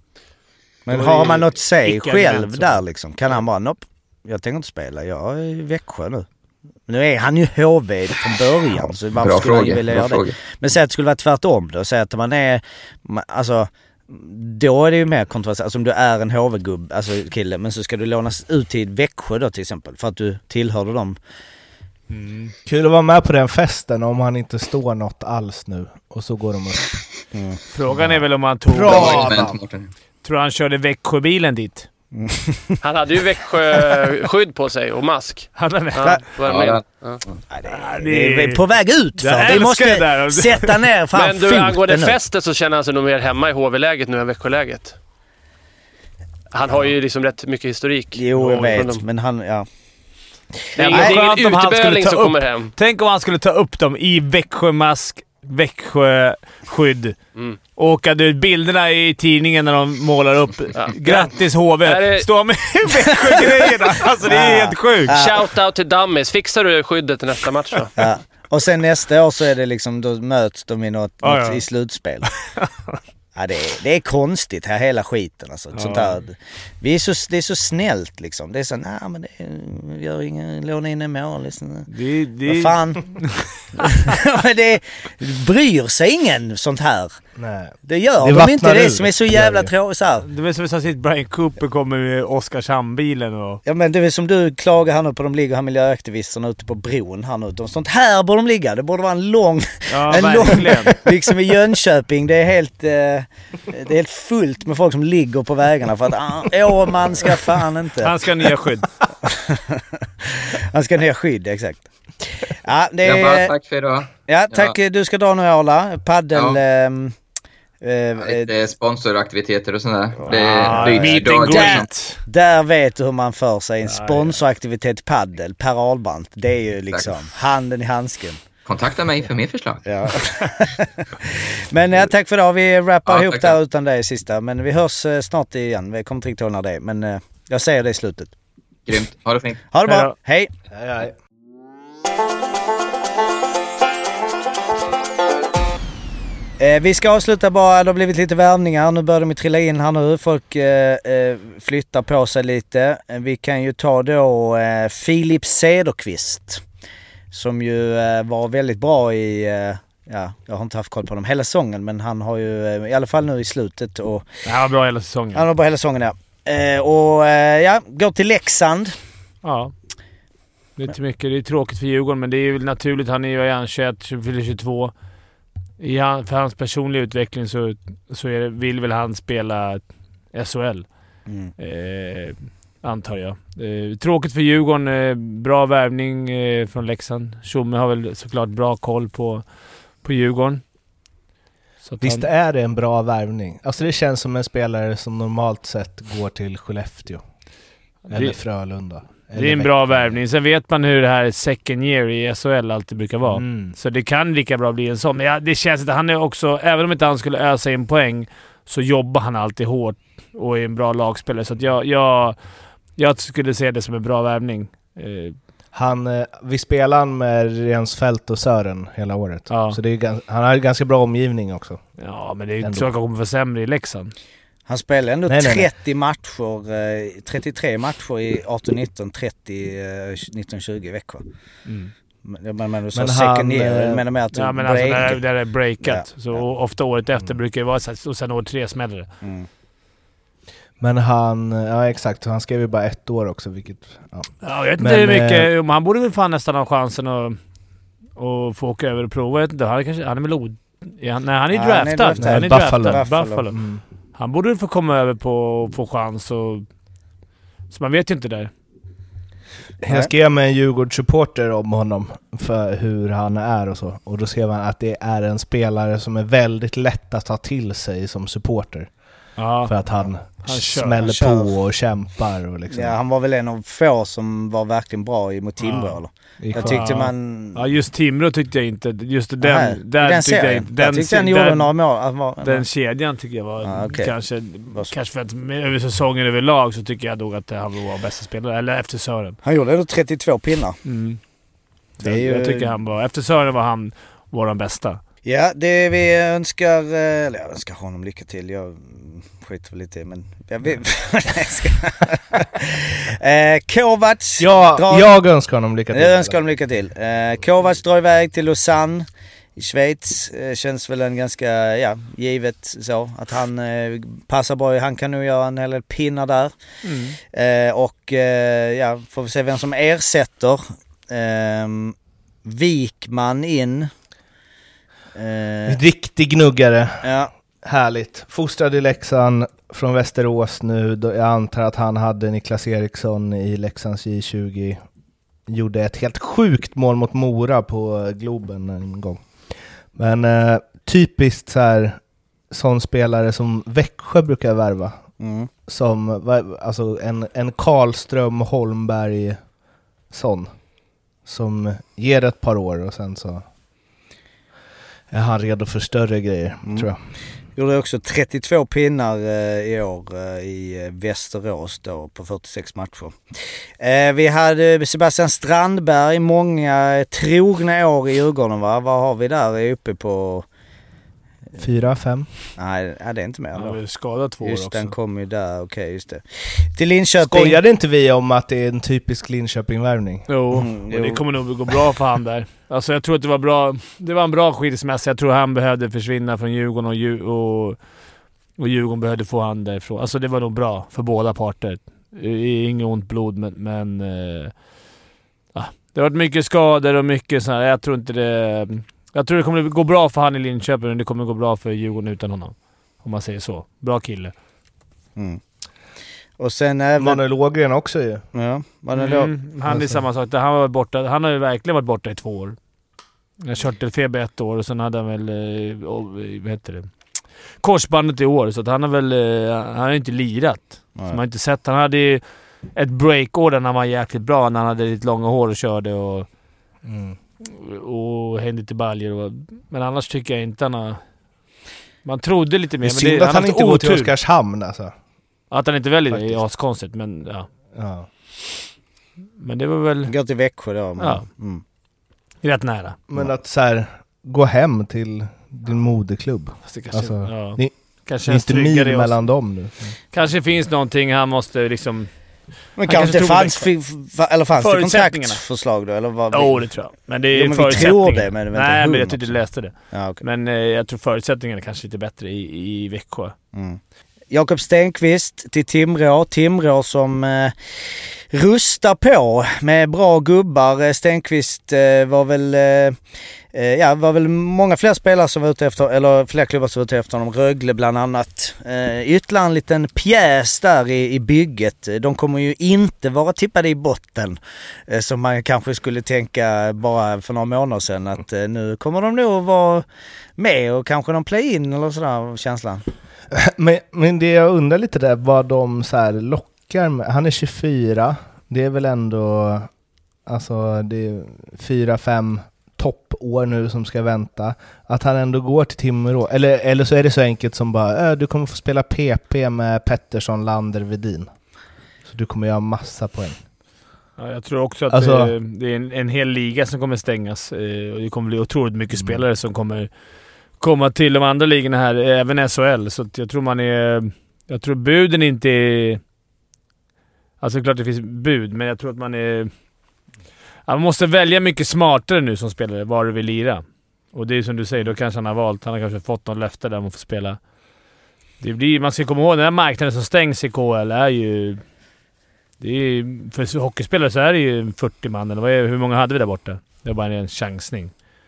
Men Då är har det man något säg icke själv argument, så. där liksom? Kan han bara, nopp, jag tänker inte spela, jag är i Växjö nu. Nu är han ju H V från början, så varför Bra skulle han ju fråga. vilja Bra göra det? fråga. Men säg att det skulle vara tvärtom då, säg att man är, ma- alltså, då är det ju mer kontroversiellt. Alltså om du är en H V-gubb, alltså kille, men så ska du lånas ut till Växjö då till exempel, för att du tillhörde dem. Kul att vara med på den festen om han inte står något alls nu. Och så går de upp. Frågan är väl om han tog... Bra! Bra argument, Mårten. Tror han körde Växjöbilen dit? Han hade ju Växjö-skydd på sig och mask. Han hade... Ja, var Ja, med. ja. Ja. Ja, det, Ja, är, det det är- är på väg ut Jag för. Vi älskar måste det där. sätta ner fan Men du, foten angående nu. festet så känner han sig nog mer hemma i H V-läget nu än Växjö-läget. Han har ju liksom rätt mycket historik. Jo, jag från vet, dem. men han, ja. Det är Nej, ingen, det är skönt om ingen han skulle uteböling ta som upp- kommer hem. Tänk om han skulle ta upp dem i Växjömask, Växjö-skydd. Mm. Åka ut bilderna i tidningen när de målar upp. Ja. Grattis H V! Det... Står med Växjö-grejerna. Alltså det är ja. helt sjukt. Ja. Shout out till Dummies. Fixar du skyddet till nästa match då? Ja. Och sen nästa år så är det liksom, då möts de i något, ja, något ja. i slutspel. Ja, det är, det är konstigt här, hela skiten alltså. Ja. Sånt där. Vi är så, det är så snällt liksom. Det är så, nej men det är, gör ingen, låna in en mål liksom. Det, det... Vad fan? Men det bryr sig ingen sånt här. Nej. Det gör det de inte, det som är så jävla tråkigt så här. Det är som att sitt Brian Cooper kommer med Oskarshamn-bilen och... Ja men det är som du klagar här nu på, de ligger här miljöaktivisterna ute på bron här nu. De sånt här borde de ligga, det borde vara en lång... Ja, en lång liksom i Jönköping, det är helt... Eh, det är helt fullt med folk som ligger på vägarna för att ah, åh, man ska fan inte. Han ska nya skydd. Han ska nya skydd, exakt. Ja, det är... bara, tack för idag. Ja, tack. Ja. Du ska dra nu, Arla. Paddel... Ja. Ähm, äh, lite sponsoraktiviteter och sådär. Det ah, är meet and greet. Där vet du hur man för sig en sponsoraktivitet paddel, Per Ahlbrandt. Det är ju liksom tack. Handen i handsken. Kontakta mig för mer förslag. Ja. Men ja, tack för det. Vi rappar ja, ihop där utan det sista. Men vi hörs uh, snart igen. Vi kommer inte riktigt hålla det. Men uh, jag säger det i slutet. Grymt. Ha det fint. Ha det bra. Hej. Hej, hej. Eh, vi ska avsluta bara. Det har blivit lite värvningar. Nu börjar de trilla in här nu. Folk eh, eh, flyttar på sig lite. Vi kan ju ta då eh, Filip Cederqvist. Som ju eh, var väldigt bra i, eh, ja, jag har inte haft koll på dem hela säsongen, men han har ju eh, i alla fall nu i slutet. Och, han var bra hela säsongen. Han var bra hela säsongen, ja. Eh, och eh, ja, går till Leksand. Ja, det är inte mycket. Det är tråkigt för Djurgården, men det är ju naturligt. Han är ju tjugoett, tjugotvå. I han, för hans personliga utveckling så, så är det, vill väl han spela S H L. Mm. Eh, antar jag. Eh, tråkigt för Djurgården. Eh, bra värvning eh, från Leksand. Tjomme har väl såklart bra koll på, på Djurgården. Så visst han... är det en bra värvning. Alltså det känns som en spelare som normalt sett går till Skellefteå. Eller det, Frölunda. Eller det är en Växjö. Bra värvning. Sen vet man hur det här second year i S H L alltid brukar vara. Mm. Så det kan lika bra bli en sån. Men ja, det känns att han är också, även om inte han skulle ösa in poäng, så jobbar han alltid hårt och är en bra lagspelare. Så att jag, jag, jag skulle se det som en bra värvning. Eh. Han, vi spelar han med Rensfeldt och Sören hela året. Ja. Så det är, han har en ganska bra omgivning också. Ja, men det är ju inte så att han kommer få sämre i Leksand. Han spelar ändå nej, trettio nej, nej. matcher, trettiotre matcher i arton nitton, trettio nitton tjugo veckor. Mm. Men, men, men, så men han... Year, men, men, ja, men alltså där, där är breakat. Ja, så ja. Ofta året efter mm. brukar det vara så, och sen år tre smäller det. Mm. Men han, ja exakt, han skrev ju bara ett år också, vilket... Ja, ja jag vet inte men, hur mycket, äh, han borde väl fan nästan ha chansen att, att få åka över och prova. Jag vet inte, han, kanske, han är väl od... Ja, nej, han är ja, draftad. Han är, nej, han är Buffalo. draftad. Buffalo. Mm. Han borde få komma över på och få chans. Och, så man vet ju inte där. Jag skrev med en Djurgårdssupporter om honom för hur han är och så. Och då skrev han att det är en spelare som är väldigt lätt att ta till sig som supporter. Ja. För att han, han kör, smäller han på och kämpar. Och liksom. Ja, han var väl en av få som var verkligen bra mot Timrå. Ja. Jag tyckte man... Ja, just Timrå tyckte jag inte. Just den, där den tyckte jag inte. Den, jag tyckte han gjorde några mål. Var, den var... kedjan tycker jag var ah, okay. kanske, kanske för att över säsongen överlag så tycker jag nog att han var bästa spelare. Eller efter Sören. Han gjorde ändå trettiotvå pinnar. Mm. Det är ju... Jag tycker han var... Efter Sören var han vår bästa. Ja, det vi önskar... Eller jag önskar honom lycka till. Jag skiter väl lite i, men... Jag vet, eh, Kovacs... Ja, drar, jag önskar honom lycka till. Jag önskar honom lycka till. Eh, Kovacs drar iväg till Lausanne i Schweiz. Eh, känns väl en ganska, ja, givet så. Att han eh, passar bra. Han kan nog göra en hel del pinnar där. Mm. Eh, och eh, ja, får vi se vem som ersätter. Eh, Wikman in... Eh, Riktig gnuggare. Ja. Härligt. Fostrad i Leksand från Västerås nu. Jag antar att han hade Niklas Eriksson i Leksands J tjugo. Gjorde ett helt sjukt mål mot Mora på Globen en gång. Men eh, typiskt så här, sån spelare som Växjö brukar värva. Mm. Som alltså en, en Karlström Holmberg sån. Som ger ett par år och sen så... är han redo för större grejer, mm. tror jag. Gjorde också trettiotvå pinnar eh, i år eh, i Västerås då på fyrtiosex matcher. Eh, vi hade Sebastian Strandberg, många trogna år i Djurgården, va? Vad har vi där? Är uppe på... Fyra, fem? Nej, det är inte mer. Han var skadad två just år också. Den kom ju där, okej, okay, just det. Till Linköping... Skojade inte vi om att det är en typisk Linköping-värvning? Jo, mm, och det kommer nog gå bra för han där. Alltså jag tror att det var bra. Det var en bra skilsmässa. Jag tror han behövde försvinna från Djurgården och, Djur, och, och Djurgården behövde få han därifrån. Alltså det var nog bra för båda parter. Inget ont blod, men... men äh, det har varit mycket skador och mycket sådär. Jag tror inte det... Jag tror det kommer gå bra för han i Linköping, men det kommer gå bra för Djurgården utan honom. Om man säger så. Bra kille. Mm. Och sen även... Manuel Ågren också ju. Ja, Manuel mm, Han är samma sak. Han, var borta. Han har ju verkligen varit borta i två år. Jag har kört till feber ett år och sen hade han väl... Oh, vad heter det? Korsbandet i år. Så att han har väl... Han har inte lirat. Så man har inte sett. Han hade ju ett break-år där han var jäkligt bra. När han hade lite långa hår och körde och... Mm. och hände till baljer. Men annars tycker jag inte han har... Man trodde lite mer. Det är synd men det, att han, han inte går till Oskarshamn alltså. Att han inte väljer det är askonstigt, men ja. ja. Men det var väl... Gå till Växjö då. Men... Ja. Mm. Rätt nära. Men att så här, gå hem till din moderklubb. Fast det kanske, alltså, ja. ni, kanske finns det mil mellan dem nu? Kanske finns någonting han måste liksom... Men kanske det fanns, f- eller fanns det kontraktförslag då? Eller vad? Jo, oh, det tror jag. Men det är jo, förutsättningarna. Det, men det Nej, men jag tyckte du läste det. Ja, okay. Men eh, jag tror förutsättningarna är kanske lite bättre i, i Växjö. Mm. Jakob Stenqvist till Timrå. Timrå som eh, rustar på med bra gubbar. Stenqvist eh, var väl... Eh, Ja, det var väl många fler spelare som var ute efter, eller fler klubbar som var ute efter honom. Rögle bland annat. Eh, ytterligare en liten pjäs där i, i bygget. De kommer ju inte vara tippade i botten. Eh, som man kanske skulle tänka bara för några månader sedan. Att eh, nu kommer de nog vara med och kanske de play-in eller sådär, känslan. Men, men det jag undrar lite där, vad de så här lockar med. Han är tjugofyra. Det är väl ändå, alltså det är fyra, fem toppår nu som ska vänta, att han ändå går till Timrå, eller, eller så är det så enkelt som bara, äh, du kommer få spela P P med Pettersson, Lander, Vedin, så du kommer göra massa poäng. Ja, jag tror också att alltså, det, det är en, en hel liga som kommer stängas och det kommer bli otroligt mycket mm. spelare som kommer komma till de andra ligorna här, även S H L, så att jag tror man är, jag tror buden inte är, alltså klart det finns bud, men jag tror att man är man måste välja mycket smartare nu som spelare, var du vill lira. Och det är som du säger, då kanske han har valt, han har kanske fått någon löfte där man får spela. Det blir, man ska komma ihåg, den här marknaden som stängs i K H L är ju... Det är, för hockeyspelare så är det ju fyrtio man, eller vad är, hur många hade vi där borta? Det är bara en chansning.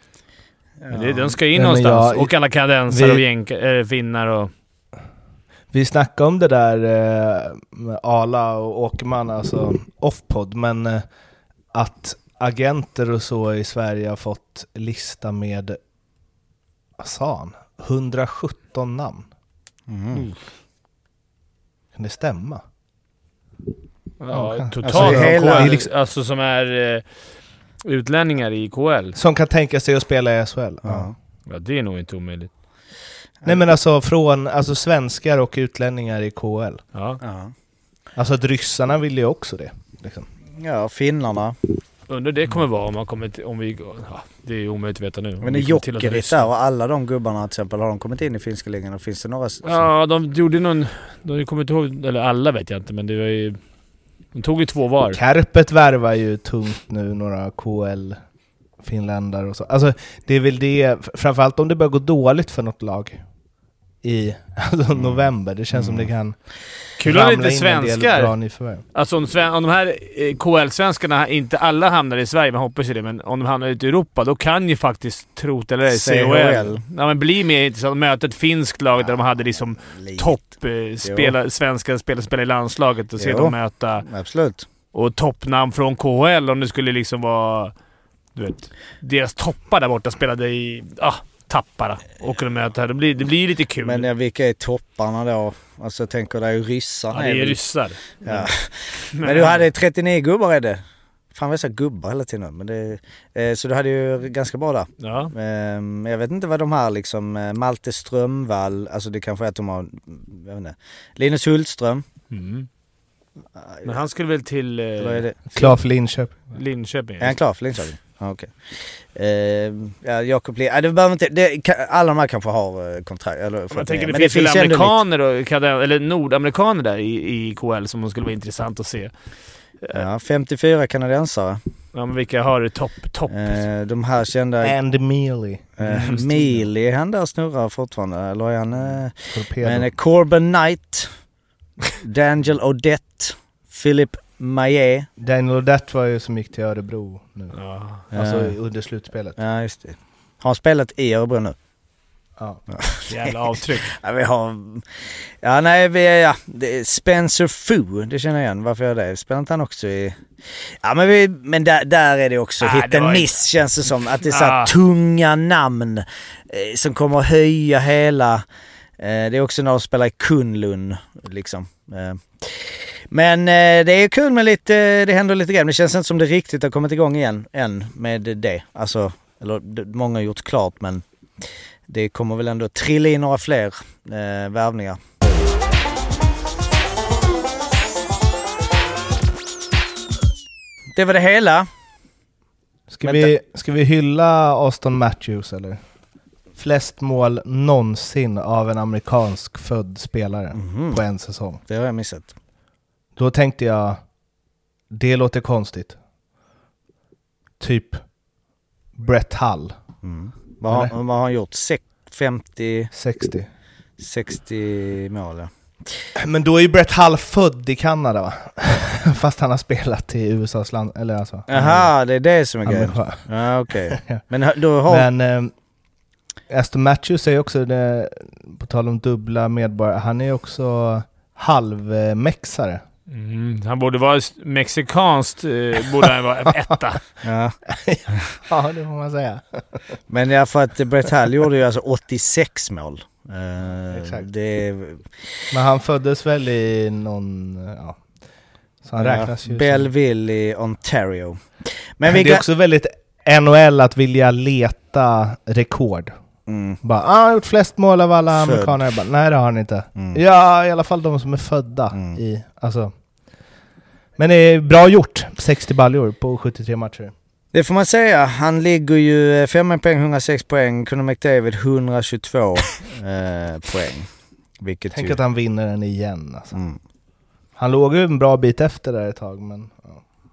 Ja. Men det, de ska in ja, någonstans, jag, och alla kanadensare och jänka, äh, finnar och... Vi snackade om det där eh, med Ala och Åkerman, alltså off-pod, men eh, att agenter och så i Sverige har fått lista med, vad sa han? hundrasjutton namn. Mm. Kan det stämma? Ja, ja totalt. Alltså, hela, K L, liksom, alltså som är eh, utlänningar i K L. Som kan tänka sig att spela i S H L. Ja, ja det är nog inte omöjligt. Nej, men alltså från alltså svenskar och utlänningar i K L. Ja. Ja. Alltså att ryssarna vill ju också det. Liksom. Ja, finnarna. Under det kommer vara om man kommer till, om vi ja, det är omöjligt att veta nu. Men det är Jokerit där och alla de gubbarna till exempel, har de kommit in i finska ligan och finns det några? Ja, de gjorde någon, de kommer inte ihåg, eller alla vet jag inte, men det var ju, de tog ju två var. Kärpet värvar ju tungt nu, några K L-finländare och så. Alltså det är väl det, framförallt om det börjar gå dåligt för något lag i alltså, mm. november. Det känns mm. som det kan kul att lite svenskar. Alltså om, sven- om de här eh, K L-svenskarna inte alla hamnar i Sverige, man hoppas ju det, men om de hamnar ute i Europa, då kan ju faktiskt trot eller C H L. Ja, men bli mer intressant att möta ett finskt lag ja, där de hade liksom topp eh, spela, svenska spelare spela i landslaget och se dem möta absolut. Och toppnamn från K H L om det skulle liksom vara, du vet, deras toppar där borta spelade i ah, Tappara och kunna möta här. Det blir, det blir lite kul. Men ja, vilka är topparna då? Alltså jag tänker, det är ju ryssarna. Ja, det är, är ryssar. Ja. Men, men du hade trettionio gubbar är det? Fan, vi sa gubbar hela tiden. Men det, eh, så du hade ju ganska bra där. Ja. Eh, jag vet inte vad de här liksom, eh, Malte Strömvall, alltså det kanske är att de har, jag vet inte, Linus Hultström. Mm. Men han skulle väl till... Eh, Eller är det? Klar för Linköping. Linköping. Är han klar för Linköping? Ah, okej. Okay. Eh, ja, Jakob Lind, ah, det behöver inte, det, alla de här kanske har kontrakt. Eller, jag tänker det men finns det väl finns amerikaner och, eller nordamerikaner där i, i K L som skulle vara intressant att se. Ja, femtiofyra kanadensare. Ja, men vilka har det topp? Top? Eh, de här kända... Andy Mealy. Eh, Mealy, är han där snurrar fortfarande? Eller är han... Eh, Torpedo. men eh, Corbin Knight, Daniel Odette, Philip Maillet. Daniel Odette var ju som gick till Örebro nu. Ja. Alltså Eh, under slutspelet. ja, just det. Har han spelat i Örebro nu? Ja. Jävla avtryck. Ja, vi har... Ja, nej, vi är... Ja, det är Spencer Fu, det känner jag igen. Varför gör det? Spelar inte han också i... Ja, men, vi, men där, där är det också ah, hit det en var miss, inte... känns det som. Att det är så här ah. tunga namn eh, som kommer att höja hela... Eh, det är också när de spelar i Kunlun, liksom. Eh. Men eh, det är kul med lite... Det händer lite grejer. Det känns inte som det riktigt har kommit igång igen än med det. Alltså, eller det, många har gjort klart, men... Det kommer väl ändå trilla in några fler eh, värvningar. Det var det hela. Ska vi, ska vi hylla Auston Matthews eller? Flest mål någonsin av en amerikansk född spelare mm-hmm. på en säsong. Det har jag missat. Då tänkte jag, det låter konstigt. Typ Brett Hull. Mm. Vad har, vad har han gjort? femtio sextio sextio mål, ja. Men då är ju Brett Hull född i Kanada, va? Fast han har spelat i U S A:s land, eller alltså. Jaha, det är det som är grejen. Ja, okej. Okay. Men då har... Men eh, Aston Matthews är också, det, på tal om dubbla medborgare, han är också halvmexare. Mm, han borde vara mexikanskt, eh, borde han vara etta. Ja. Ja, det får man säga. Men ja, för att Brett Hull gjorde ju alltså åttiosex mål. Uh, Exakt. Det... Men han föddes väl i någon, ja, så han ja, räknas ju Belleville som... i Ontario. Men vi det är kan... också väldigt N H L att vilja leta rekord. Mm. Bara, ah, han har gjort flest mål av alla Född. amerikaner. Bara, nej, det har han inte. Mm. Ja, i alla fall de som är födda mm. i, alltså. Men det är bra gjort, sextio baljor på sjuttiotre matcher. Det får man säga. Han ligger ju fem poäng, hundrasex poäng. Conor McDavid hundratjugotvå eh, poäng. Vilket Tänk ju... att han vinner den igen. Alltså. Mm. Han låg ju en bra bit efter där ett tag. Men, ja.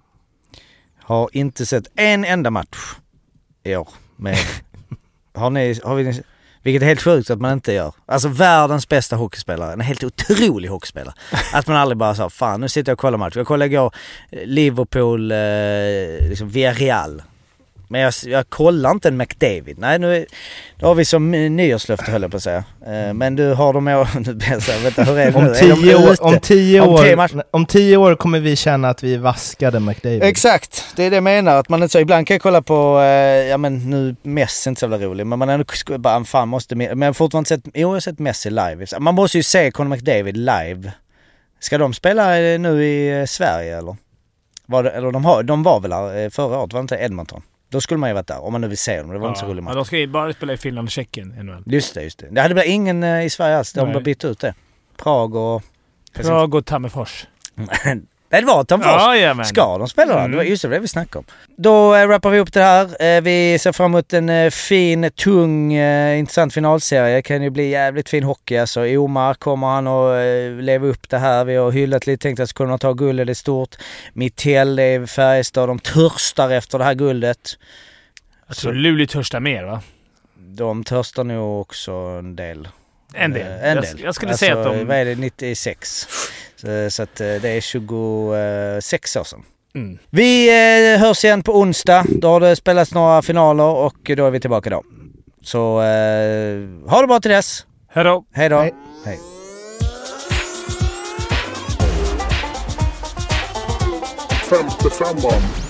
Har inte sett en enda match i år. Med... har ni, har vi, vilket är helt sjukt att man inte gör. Alltså världens bästa hockeyspelare. En helt otrolig hockeyspelare. Att man aldrig bara sa, fan nu sitter jag och kollar match. Jag kollade igår Liverpool, eh, liksom Villarreal. Men jag, jag kollar inte en McDavid. Nej, nu då har vi som nyårslöfte, höll jag på att säga. Eh, men du har de år... Vänta, hur är det om, nu? Tio är år, om, tio om, år, tio år, om tio år kommer vi känna att vi vaskade McDavid. Exakt, det är det jag menar. Att man inte så, ibland kan jag kolla på... Eh, ja men nu, Messi är inte så jävla rolig. Men man ändå bara, fan måste... Men jag har fortfarande sett... Jo, jag har sett Messi live. Man måste ju se Conor McDavid live. Ska de spela nu i Sverige eller? Var det, eller de, har, de var väl här förra året, var det inte Edmonton? Då skulle man ju varit där, om man nu vill se dem. Det var ja, inte så roligt. Men de ska ju bara spela i Finland och Tjeckien. Just det, just det. Det hade blivit ingen i Sverige alls. De har bytt ut det. Prag och... Prag och Tammerfors. Nej, det var Tammerfors. Ja, ja, ska de spela mm. där? Just det, det vi snackade om. Då äh, rappar vi upp det här. Äh, vi ser fram emot en äh, fin, tung, äh, intressant finalserie. Det kan ju bli jävligt fin hockey. Alltså, Omar kommer han att äh, leva upp det här. Vi har hyllat lite, tänkt att ska kunna ta guldet, det är stort. Mitell är Färjestad. De törstar efter det här guldet. Jag tror Luleå törstar mer, va? De törstar nog också en del. En del. Äh, en jag, del. jag skulle alltså, säga att de... Vad är det? nittiosex. Så, så att det är tjugosex år sedan. Mm. Vi eh, hörs igen på onsdag. Då har det spelats några finaler och då är vi tillbaka då. Så eh, ha det bra till dess. Hej då. Hej då. Hej. Hej. femtiofem